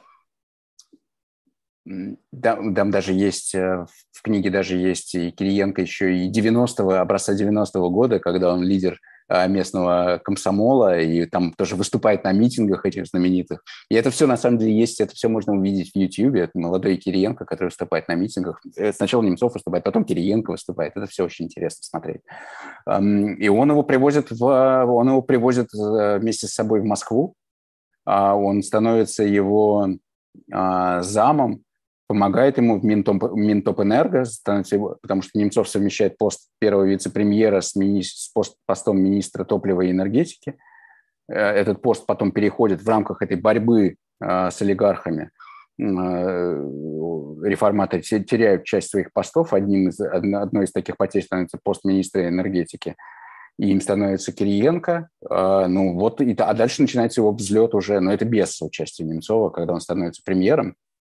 Там, там даже есть, в книге даже есть и Кириенко еще и девяностого, образца девяностого года, когда он лидер местного комсомола, и там тоже выступает на митингах этих знаменитых. И это все, на самом деле, есть, это все можно увидеть в Ютьюбе. Это молодой Кириенко, который выступает на митингах. Сначала Немцов выступает, потом Кириенко выступает. Это все очень интересно смотреть. И он его привозит, в, он его привозит вместе с собой в Москву. Он становится его замом, помогает ему в Минтоп, Минтопэнерго, потому что Немцов совмещает пост первого вице-премьера с, мини, с пост, постом министра топлива и энергетики. Этот пост потом переходит в рамках этой борьбы э, с олигархами. Э, реформаторы теряют часть своих постов. Одним из, одной из таких потерь становится пост министра энергетики. И им становится Кириенко. Э, ну, вот, и, а дальше начинается его взлет уже, но это без участия Немцова, когда он становится премьером.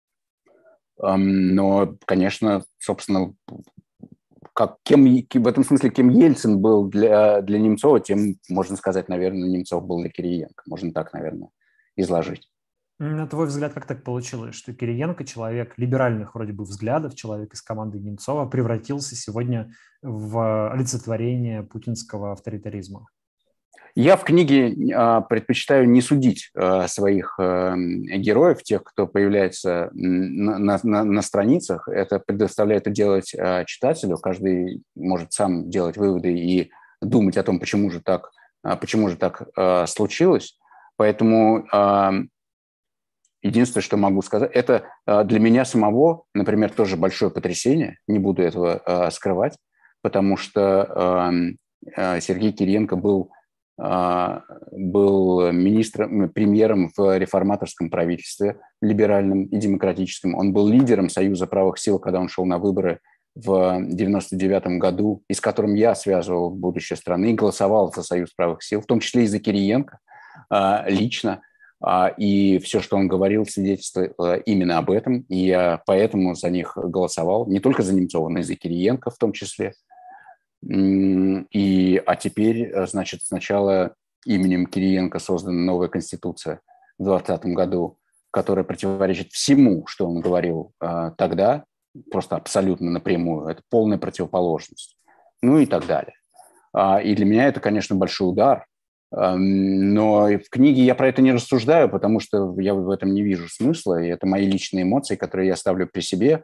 Но, конечно, собственно, как, кем, в этом смысле, кем Ельцин был для, для Немцова, тем, можно сказать, наверное, Немцов был для Кириенко. Можно так, наверное, изложить. На твой взгляд, как так получилось, что Кириенко, человек либеральных вроде бы взглядов, человек из команды Немцова, превратился сегодня в олицетворение путинского авторитаризма? Я в книге э, предпочитаю не судить э, своих э, героев, тех, кто появляется на, на, на, на страницах. Это предоставляет это делать э, читателю. Каждый может сам делать выводы и думать о том, почему же так, э, почему же так э, случилось. Поэтому э, единственное, что могу сказать, это э, для меня самого, например, тоже большое потрясение. Не буду этого э, скрывать, потому что э, э, Сергей Кириенко был был министром, премьером в реформаторском правительстве, либеральном и демократическом. Он был лидером Союза правых сил, когда он шел на выборы в девяносто девятом году, и с которым я связывал будущее страны и голосовал за Союз правых сил, в том числе и за Кириенко лично. И все, что он говорил, свидетельствовало именно об этом. И я поэтому за них голосовал. Не только за Немцова, но и за Кириенко в том числе. И, а теперь, значит, сначала именем Кириенко создана новая конституция в двадцатом году, которая противоречит всему, что он говорил э, тогда, просто абсолютно напрямую. Это полная противоположность. Ну и так далее. А, и для меня это, конечно, большой удар. А, но в книге я про это не рассуждаю, потому что я в этом не вижу смысла, и это мои личные эмоции, которые я ставлю при себе.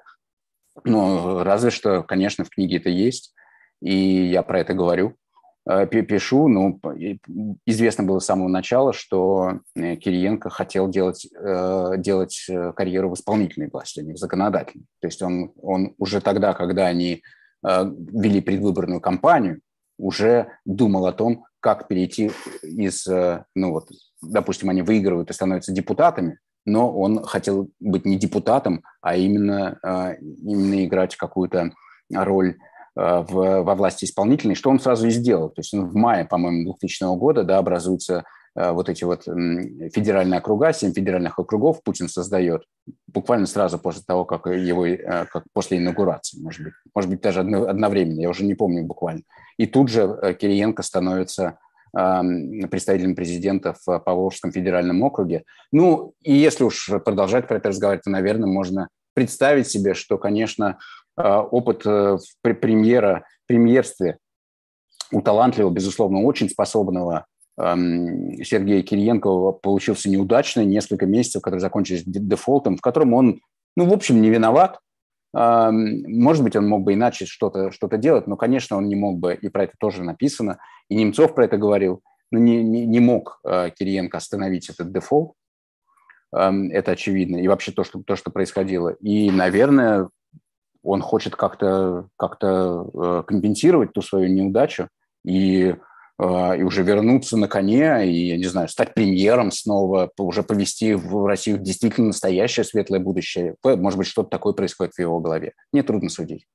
Но разве что, конечно, в книге это есть. И я про это говорю, пишу. Ну, известно было с самого начала, что Кириенко хотел делать, делать карьеру в исполнительной власти, а не в законодательной. То есть он, он уже тогда, когда они вели предвыборную кампанию, уже думал о том, как перейти из, ну вот, допустим, они выигрывают и становятся депутатами, но он хотел быть не депутатом, а именно, именно играть какую-то роль В, во власти исполнительной, что он сразу и сделал. То есть он в мае, по-моему, двухтысячного года, да, образуются э, вот эти вот э, федеральные округа, семь федеральных округов Путин создает, буквально сразу после того, как его, э, как после инаугурации, может быть, может быть, даже одно, одновременно, я уже не помню буквально. И тут же э, Кириенко становится э, представителем президента в Поволжском федеральном округе. Ну, и если уж продолжать про это разговаривать, то, наверное, можно представить себе, что, конечно, опыт премьера, премьерстве у талантливого, безусловно, очень способного эм, Сергея Кириенко получился неудачный. Несколько месяцев, которые закончились дефолтом, в котором он, ну, в общем, не виноват. Эм, может быть, он мог бы иначе что-то, что-то делать, но, конечно, он не мог бы, и про это тоже написано, и Немцов про это говорил, но не, не, не мог э, Кириенко остановить этот дефолт. Эм, это очевидно. И вообще то, что, то, что происходило. И, наверное, он хочет как-то, как-то э, компенсировать ту свою неудачу и, э, и уже вернуться на коне, и, я не знаю, стать премьером снова, уже повести в Россию действительно настоящее светлое будущее. Может быть, что-то такое происходит в его голове. Мне трудно судить.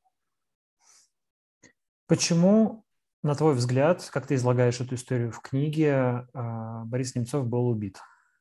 Почему, на твой взгляд, как ты излагаешь эту историю в книге, Борис Немцов был убит?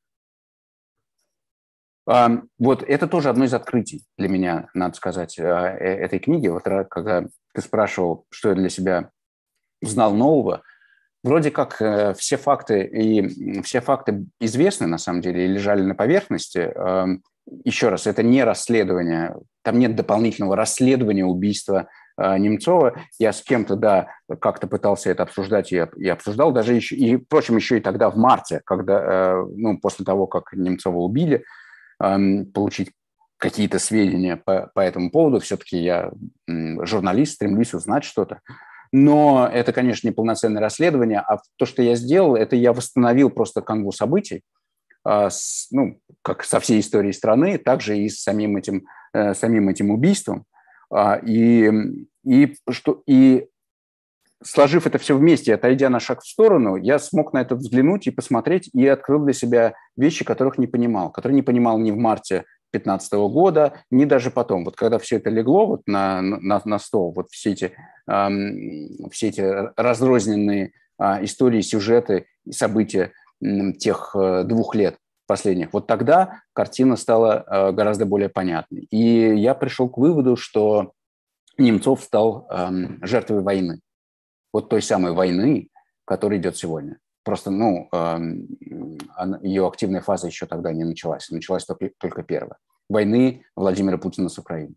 Вот это тоже одно из открытий для меня, надо сказать, этой книги. Вот когда ты спрашивал, что я для себя узнал нового, вроде как все факты и все факты известны на самом деле и лежали на поверхности. Еще раз, это не расследование, там нет дополнительного расследования убийства Немцова. Я с кем-то, да, как-то пытался это обсуждать, и, и обсуждал даже еще, и, впрочем, еще и тогда в марте, когда, ну, после того, как Немцова убили, получить какие-то сведения по, по этому поводу. Все-таки я журналист, стремлюсь узнать что-то. Но это, конечно, не полноценное расследование, а то, что я сделал, это я восстановил просто канву событий, ну, как со всей историей страны, также и с самим этим, самим этим убийством. И, и, что, и сложив это все вместе, отойдя на шаг в сторону, я смог на это взглянуть и посмотреть, и открыл для себя вещи, которых не понимал, которые не понимал ни в марте две тысячи пятнадцатого года, ни даже потом. Вот когда все это легло вот на, на, на стол, вот все эти, эм, все эти разрозненные э, истории, сюжеты и события э, тех э, двух лет последних, вот тогда картина стала э, гораздо более понятной. И я пришел к выводу, что Немцов стал э, жертвой войны. Вот той самой войны, которая идет сегодня. Просто, ну, ее активная фаза еще тогда не началась. Началась только, только первая. Войны Владимира Путина с Украиной.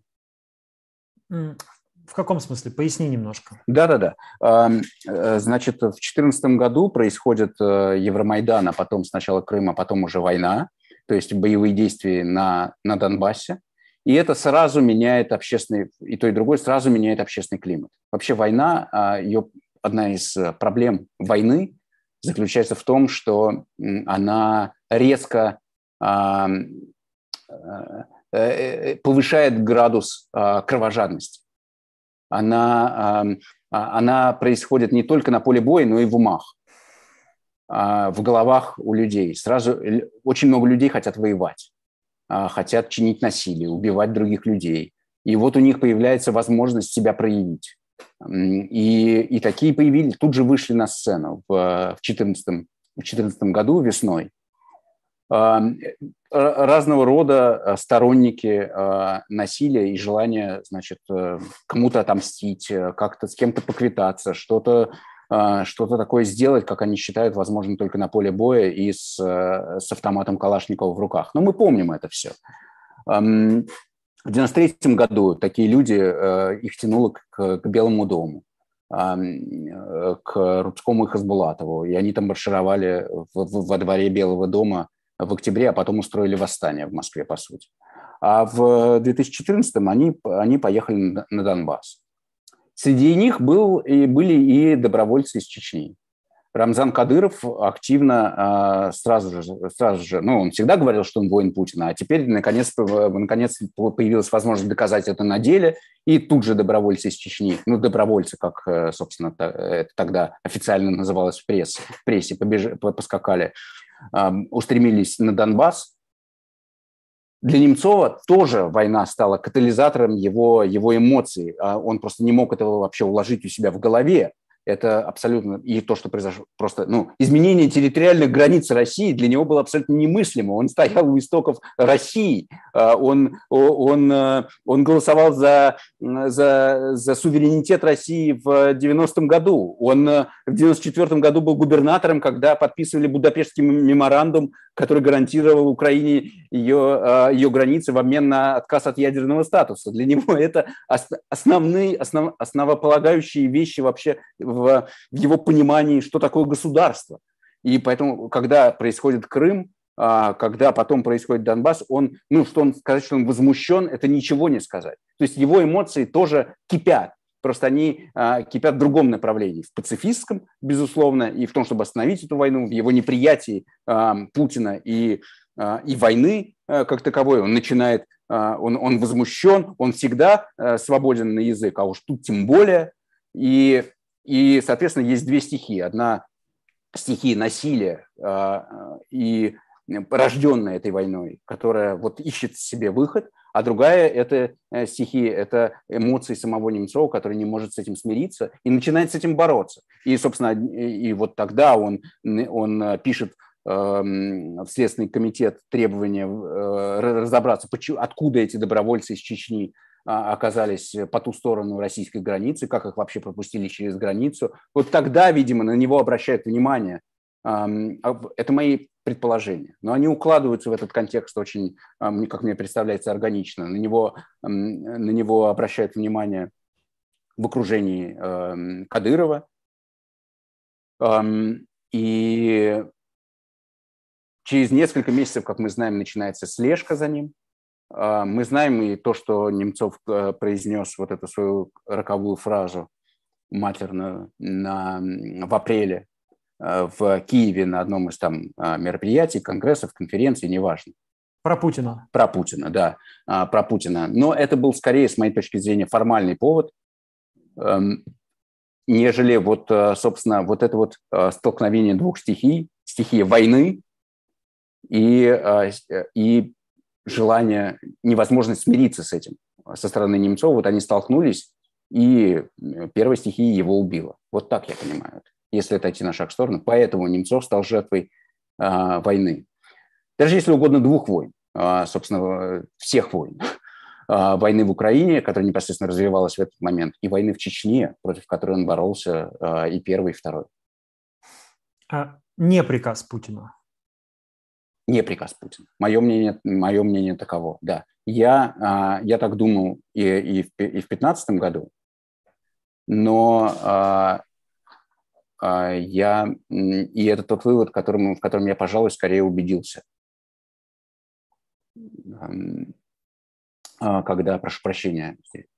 В каком смысле? Поясни немножко. Да-да-да. Значит, в две тысячи четырнадцатом году происходит Евромайдан, а потом сначала Крым, а потом уже война, то есть боевые действия на, на Донбассе. И это сразу меняет общественный, и то, и другое сразу меняет общественный климат. Вообще война, ее, одна из проблем войны заключается в том, что она резко э, э, повышает градус э, кровожадности. Она, э, она происходит не только на поле боя, но и в умах, э, в головах у людей. Сразу очень много людей хотят воевать, э, хотят чинить насилие, убивать других людей. И вот у них появляется возможность себя проявить. И, и такие появились, тут же вышли на сцену в две тысячи четырнадцатом году весной. Разного рода сторонники насилия и желания, значит, кому-то отомстить, как-то с кем-то поквитаться, что-то, что-то такое сделать, как они считают, возможно, только на поле боя и с, с автоматом Калашникова в руках. Но мы помним это все. В девяносто третьем году такие люди, их тянуло к, к Белому дому, к Рудскому и Хасбулатову, и они там маршировали в, в, во дворе Белого дома в октябре, а потом устроили восстание в Москве, по сути. А в две тысячи четырнадцатом они, они поехали на, на Донбасс. Среди них был, и были и добровольцы из Чечни. Рамзан Кадыров активно сразу же, сразу же, ну, он всегда говорил, что он воин Путина, а теперь наконец, наконец появилась возможность доказать это на деле, и тут же добровольцы из Чечни, ну, добровольцы, как, собственно, это тогда официально называлось в прессе, в прессе побеж... поскакали, устремились на Донбасс. Для Немцова тоже война стала катализатором его, его эмоций, он просто не мог этого вообще уложить у себя в голове. Это абсолютно, и то, что произошло, просто, ну, изменение территориальных границ России для него было абсолютно немыслимо. Он стоял у истоков России, он, он, он голосовал за, за, за суверенитет России в девяностом году. Он в девяносто четвёртом году был губернатором, когда подписывали Будапештский меморандум, который гарантировал Украине ее, ее границы в обмен на отказ от ядерного статуса. Для него это основные, основ, основополагающие вещи вообще в, в его понимании, что такое государство. И поэтому, когда происходит Крым, когда потом происходит Донбасс, он, ну, что он сказать, что он возмущен, это ничего не сказать. То есть его эмоции тоже кипят. Просто они а, кипят в другом направлении, в пацифистском, безусловно, и в том, чтобы остановить эту войну, в его неприятии а, Путина и, а, и войны а, как таковой. Он начинает, а, он, он возмущен, он всегда а, свободен на язык, а уж тут тем более. И, и соответственно, есть две стихии. Одна стихия насилия а, и рожденная этой войной, которая вот ищет в себе выход, а другая – это стихия, это эмоции самого Немцова, который не может с этим смириться и начинает с этим бороться. И, собственно, и, и вот тогда он, он пишет э, в Следственный комитет требования э, разобраться, почему, откуда эти добровольцы из Чечни оказались по ту сторону российской границы, как их вообще пропустили через границу. Вот тогда, видимо, на него обращают внимание. Это мои предположения. Но они укладываются в этот контекст очень, как мне представляется, органично. На него, на него обращают внимание в окружении Кадырова. И через несколько месяцев, как мы знаем, начинается слежка за ним. Мы знаем и то, что Немцов произнес вот эту свою роковую фразу матерную на, в апреле в Киеве на одном из там мероприятий, конгрессов, конференций, неважно. Про Путина. Про Путина, да, про Путина. Но это был скорее, с моей точки зрения, формальный повод, нежели вот, собственно, вот это вот столкновение двух стихий, стихия войны и, и желание, невозможность смириться с этим со стороны Немцова. Вот они столкнулись, и первая стихия его убила. Вот так я понимаю это, если отойти на шаг в сторону. Поэтому Немцов стал жертвой а, войны. Даже если угодно, двух войн, а, собственно, всех войн. А, войны в Украине, которая непосредственно развивалась в этот момент, и войны в Чечне, против которой он боролся, а, и первый, и второй. А, не приказ Путина. Не приказ Путина. Мое мнение, мое мнение таково, да. Я, я так думал и, и в две тысячи пятнадцатом году, но я, и это тот вывод, которым, в котором я, пожалуй, скорее убедился. Когда, прошу прощения,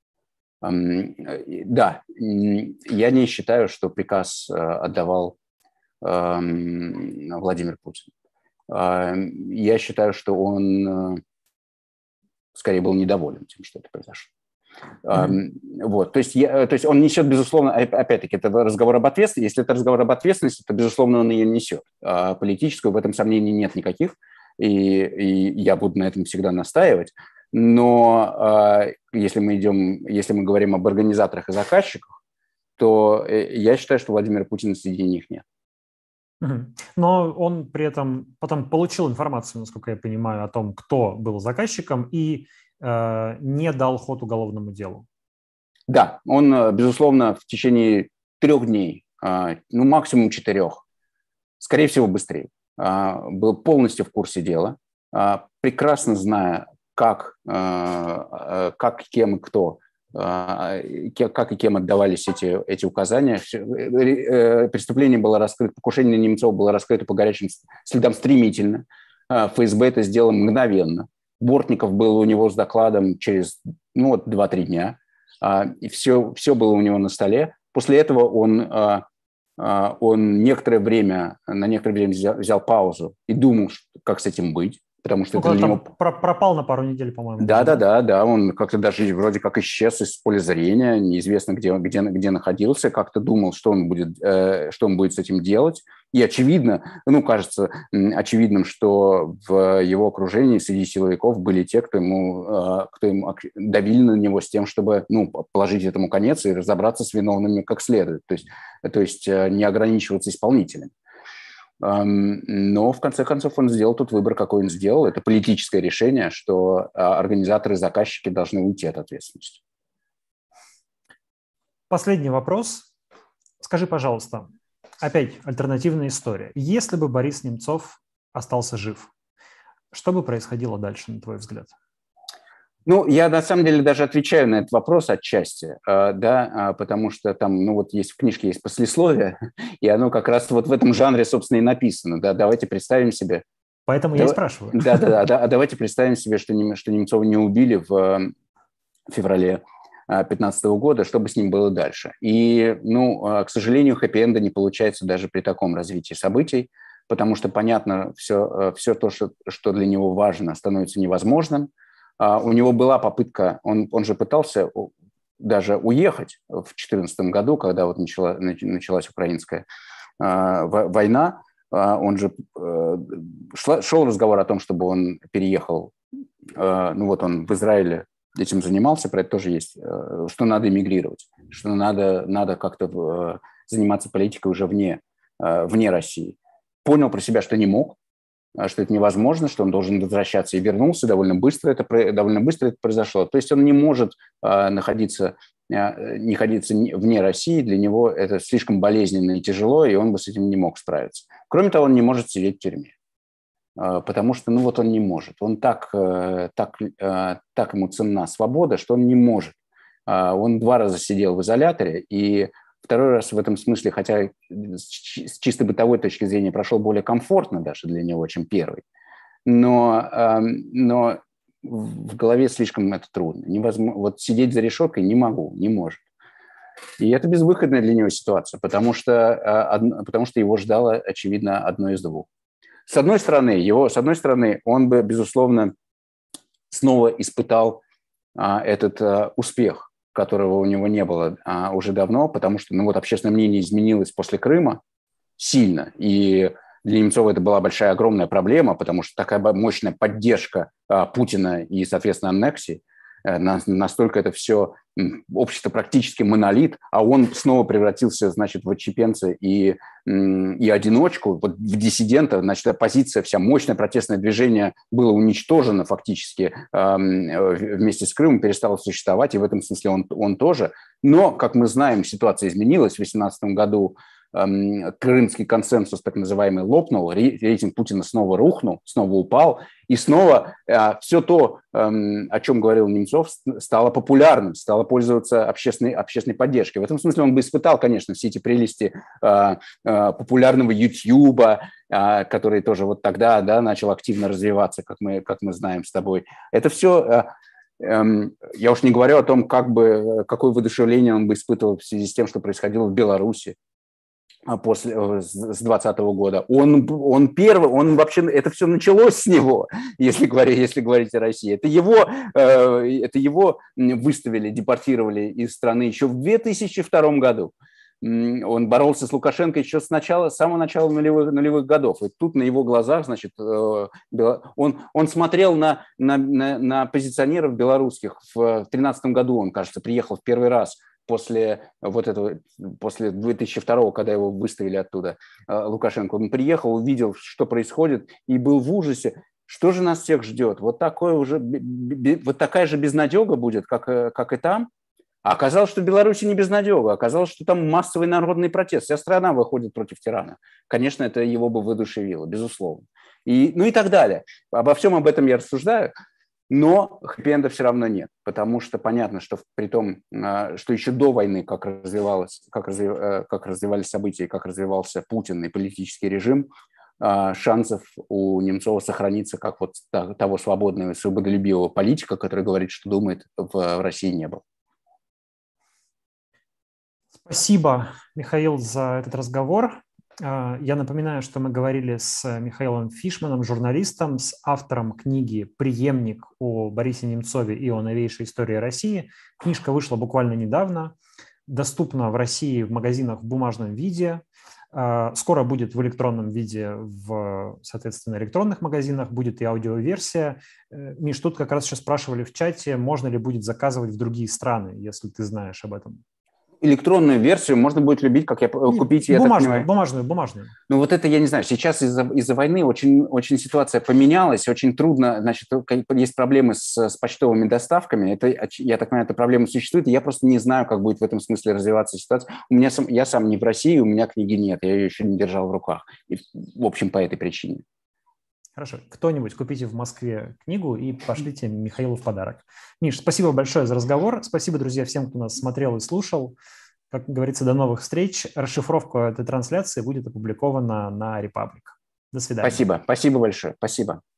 да, я не считаю, что приказ отдавал Владимир Путин. Я считаю, что он скорее был недоволен тем, что это произошло. Mm-hmm. Вот. То есть, я, то есть он несет, безусловно, опять-таки, это разговор об ответственности. Если это разговор об ответственности, то, безусловно, он ее несет. А политическую в этом сомнений нет никаких, и, и я буду на этом всегда настаивать. Но если мы идем, если мы говорим об организаторах и заказчиках, то я считаю, что Владимира Путина среди них нет. Но он при этом потом получил информацию, насколько я понимаю, о том, кто был заказчиком, и э, не дал ход уголовному делу. Да, он, безусловно, в течение трех дней, э, ну, максимум четырех, скорее всего, быстрее, э, был полностью в курсе дела, э, прекрасно зная, как, э, как, кем и кто, как и кем отдавались эти, эти указания. Преступление было раскрыто, покушение на Немцова было раскрыто по горячим следам стремительно. ФСБ это сделало мгновенно. Бортников был у него с докладом через ну, вот, два-три дня. И все, все было у него на столе. После этого он, он некоторое время, на некоторое время взял, взял паузу и думал, как с этим быть. Потому что ну, это для него... пропал на пару недель, по-моему. Да, да, да, да. Он как-то даже вроде как исчез из поля зрения, неизвестно, где, где, где находился, как-то думал, что он будет, э, что он будет с этим делать. И очевидно, ну, кажется очевидным, что в его окружении среди силовиков были те, кто ему, э, кто ему давили на него с тем, чтобы ну, положить этому конец и разобраться с виновными как следует. То есть, то есть не ограничиваться исполнителем. Но, в конце концов, он сделал тот выбор, какой он сделал. Это политическое решение, что организаторы и заказчики должны уйти от ответственности. Последний вопрос. Скажи, пожалуйста, опять альтернативная история. Если бы Борис Немцов остался жив, что бы происходило дальше, на твой взгляд? Ну, я на самом деле даже отвечаю на этот вопрос отчасти, да, потому что там, ну вот есть в книжке есть послесловие, и оно как раз вот в этом жанре, собственно, и написано, да, давайте представим себе. Поэтому я и спрашиваю. Да, да, да, да, давайте представим себе, что, что Немцова не убили в феврале две тысячи пятнадцатого года, что бы с ним было дальше. И, ну, к сожалению, хэппи-энда не получается даже при таком развитии событий, потому что, понятно, все, все то, что, что для него важно, становится невозможным. Uh, у него была попытка, он, он же пытался даже уехать в две тысячи четырнадцатом году, когда вот начала, началась украинская uh, война. Uh, он же uh, шла, шел разговор о том, чтобы он переехал. Uh, ну вот он в Израиле этим занимался, про это тоже есть, uh, что надо эмигрировать, что надо, надо как-то uh, заниматься политикой уже вне, uh, вне России. Понял про себя, что не мог. что это невозможно, что он должен возвращаться, и вернулся довольно быстро. Это, довольно быстро это произошло. То есть он не может находиться, не находиться вне России, для него это слишком болезненно и тяжело, и он бы с этим не мог справиться. Кроме того, он не может сидеть в тюрьме. Потому что, ну вот он не может. Он так, так, так ему ценна свобода, что он не может. Он два раза сидел в изоляторе, и второй раз в этом смысле, хотя с чисто бытовой точки зрения прошел более комфортно даже для него, чем первый, но, но в голове слишком это трудно. Невозможно. Вот сидеть за решеткой не могу, не может. И это безвыходная для него ситуация, потому что, потому что его ждало, очевидно, одно из двух. С одной стороны, его, с одной стороны, он бы, безусловно, снова испытал а, этот а, успех, которого у него не было а, уже давно, потому что ну, вот, общественное мнение изменилось после Крыма сильно, и для Немцова это была большая, огромная проблема, потому что такая мощная поддержка а, Путина и, соответственно, аннексии, а, настолько это все, общество практически монолит, а он снова превратился, значит, в отщепенца и, и одиночку, вот в диссидента, значит, оппозиция, вся мощное протестное движение было уничтожено фактически э, вместе с Крымом, перестало существовать, и в этом смысле он, он тоже. Но, как мы знаем, ситуация изменилась. В две тысячи восемнадцатом году э, крымский консенсус, так называемый, лопнул, рейтинг Путина снова рухнул, снова упал, и снова э, все то, э, о чем говорил Немцов, стало популярным, стало пользоваться общественной, общественной поддержкой. В этом смысле он бы испытал, конечно, все эти прелести э, э, популярного Ютьюба, э, который тоже вот тогда, да, начал активно развиваться, как мы, как мы знаем с тобой. Это все, э, э, я уж не говорю о том, как бы, какое воодушевление он бы испытывал в связи с тем, что происходило в Беларуси после, с двадцатого года. Он, он первый, он вообще, это все началось с него, если говорить, если говорить о России. Это его, э, это его выставили, депортировали из страны еще в две тысячи втором году. Он боролся с Лукашенко еще с, начала, с самого начала нулевых, нулевых годов. И тут на его глазах, значит, он, он смотрел на, на, на, на позиционеров белорусских. В две тысячи тринадцатом году он, кажется, приехал в первый раз после вот этого, после две тысячи второго, когда его выставили оттуда, Лукашенко. Он приехал, увидел, что происходит, и был в ужасе. Что же нас всех ждет? Вот, такое уже, вот такая же безнадега будет, как, как и там. А оказалось, что в Беларуси не безнадега. Оказалось, что там массовый народный протест. Вся страна выходит против тирана. Конечно, это его бы воодушевило, безусловно. И, ну и так далее. Обо всем об этом я рассуждаю. Но хэппи-энда все равно нет, потому что понятно, что при том, что еще до войны, как, развивалось, как, развив, как развивались события, как развивался Путин и политический режим, шансов у Немцова сохраниться как вот того свободного и свободолюбивого политика, который говорит, что думает, в России не было. Спасибо, Михаил, за этот разговор. Я напоминаю, что мы говорили с Михаилом Фишманом, журналистом, с автором книги «Преемник» о Борисе Немцове и о новейшей истории России. Книжка вышла буквально недавно, доступна в России в магазинах в бумажном виде. Скоро будет в электронном виде в, соответственно, электронных магазинах, будет и аудиоверсия. Миш, тут как раз еще спрашивали в чате, можно ли будет заказывать в другие страны, если ты знаешь об этом. Электронную версию можно будет любить, как я купить. Я бумажную, бумажную, бумажную. Ну вот это я не знаю. Сейчас из-за, из-за войны очень, очень ситуация поменялась, очень трудно. Значит, есть проблемы с, с почтовыми доставками. Это, я так понимаю, эта проблема существует. И я просто не знаю, как будет в этом смысле развиваться ситуация. У меня сам, я сам не в России, у меня книги нет, я ее еще не держал в руках. И, в общем, по этой причине. Хорошо. Кто-нибудь купите в Москве книгу и пошлите Михаилу в подарок. Миш, спасибо большое за разговор. Спасибо, друзья, всем, кто нас смотрел и слушал. Как говорится, до новых встреч. Расшифровка этой трансляции будет опубликована на Republic. До свидания. Спасибо. Спасибо большое. Спасибо.